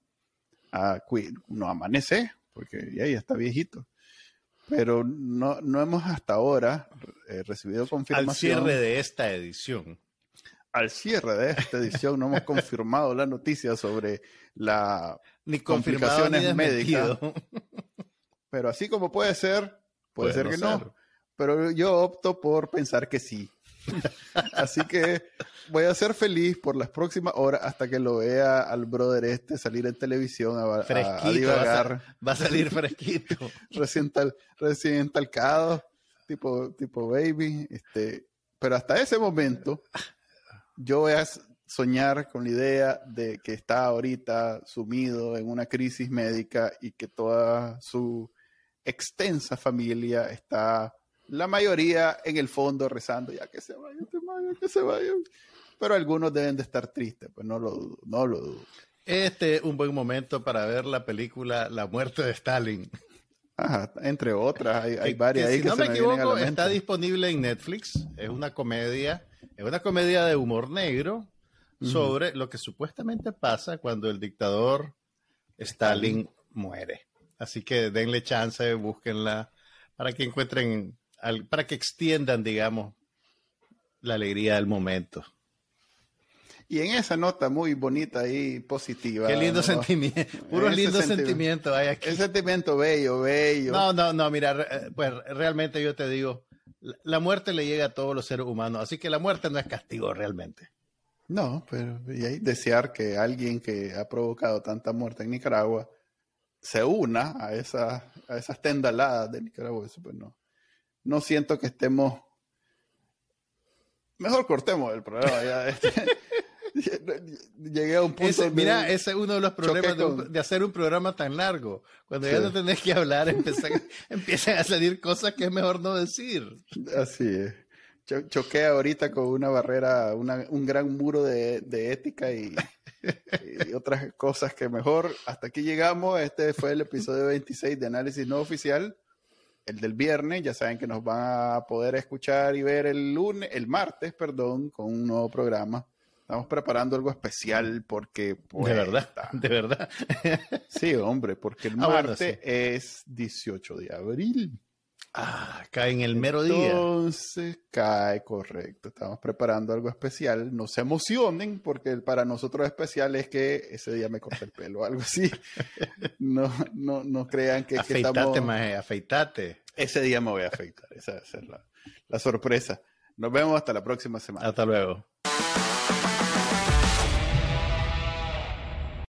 no amanecer, porque ya está viejito. Pero no hemos hasta ahora recibido confirmación. Al cierre de esta edición. Al cierre de esta edición no hemos confirmado la noticia sobre ni complicaciones médicas. Pero así como puede ser que no. Pero yo opto por pensar que sí. Así que voy a ser feliz por las próximas horas hasta que lo vea al brother salir en televisión a divagar. Va a salir fresquito. recién talcado, tipo baby. Pero hasta ese momento yo voy a soñar con la idea de que está ahorita sumido en una crisis médica y que toda su extensa familia está... La mayoría en el fondo rezando, ya que se vaya, que se vaya. Pero algunos deben de estar tristes, pues no lo dudo. Este es un buen momento para ver la película La muerte de Stalin. Ajá, entre otras, hay varias ahí que si no se me equivoco, está disponible en Netflix. Es una comedia de humor negro sobre lo que supuestamente pasa cuando el dictador Stalin muere. Así que denle chance, búsquenla para que encuentren... para que extiendan, digamos, la alegría del momento. Y en esa nota muy bonita y positiva. Qué lindo sentimiento. Puros lindos sentimientos hay aquí. El sentimiento bello. No, mira, pues realmente yo te digo, la muerte le llega a todos los seres humanos, así que la muerte no es castigo realmente. No, pero y ahí desear que alguien que ha provocado tanta muerte en Nicaragua se una a esas tendaladas de Nicaragua. Eso pues no siento que estemos... Mejor cortemos el programa ya. Llegué a un punto... ese es uno de los problemas de hacer un programa tan largo. Cuando ya no tenés que hablar, empiezan a salir cosas que es mejor no decir. Así es. Choqué ahorita con una barrera, un gran muro de ética y otras cosas que mejor... Hasta aquí llegamos. Este fue el episodio 26 de Análisis No Oficial. El del viernes, ya saben que nos van a poder escuchar y ver el martes, con un nuevo programa. Estamos preparando algo especial porque... Pues, ¿De verdad? Sí, hombre, porque el martes es 18 de abril. Cae en el mero día. Entonces, cae, correcto. Estamos preparando algo especial. No se emocionen porque para nosotros especial es que ese día me corté el pelo o algo así. No crean que estamos... Afeitate. Ese día me voy a afeitar. Esa es la sorpresa. Nos vemos hasta la próxima semana. Hasta luego.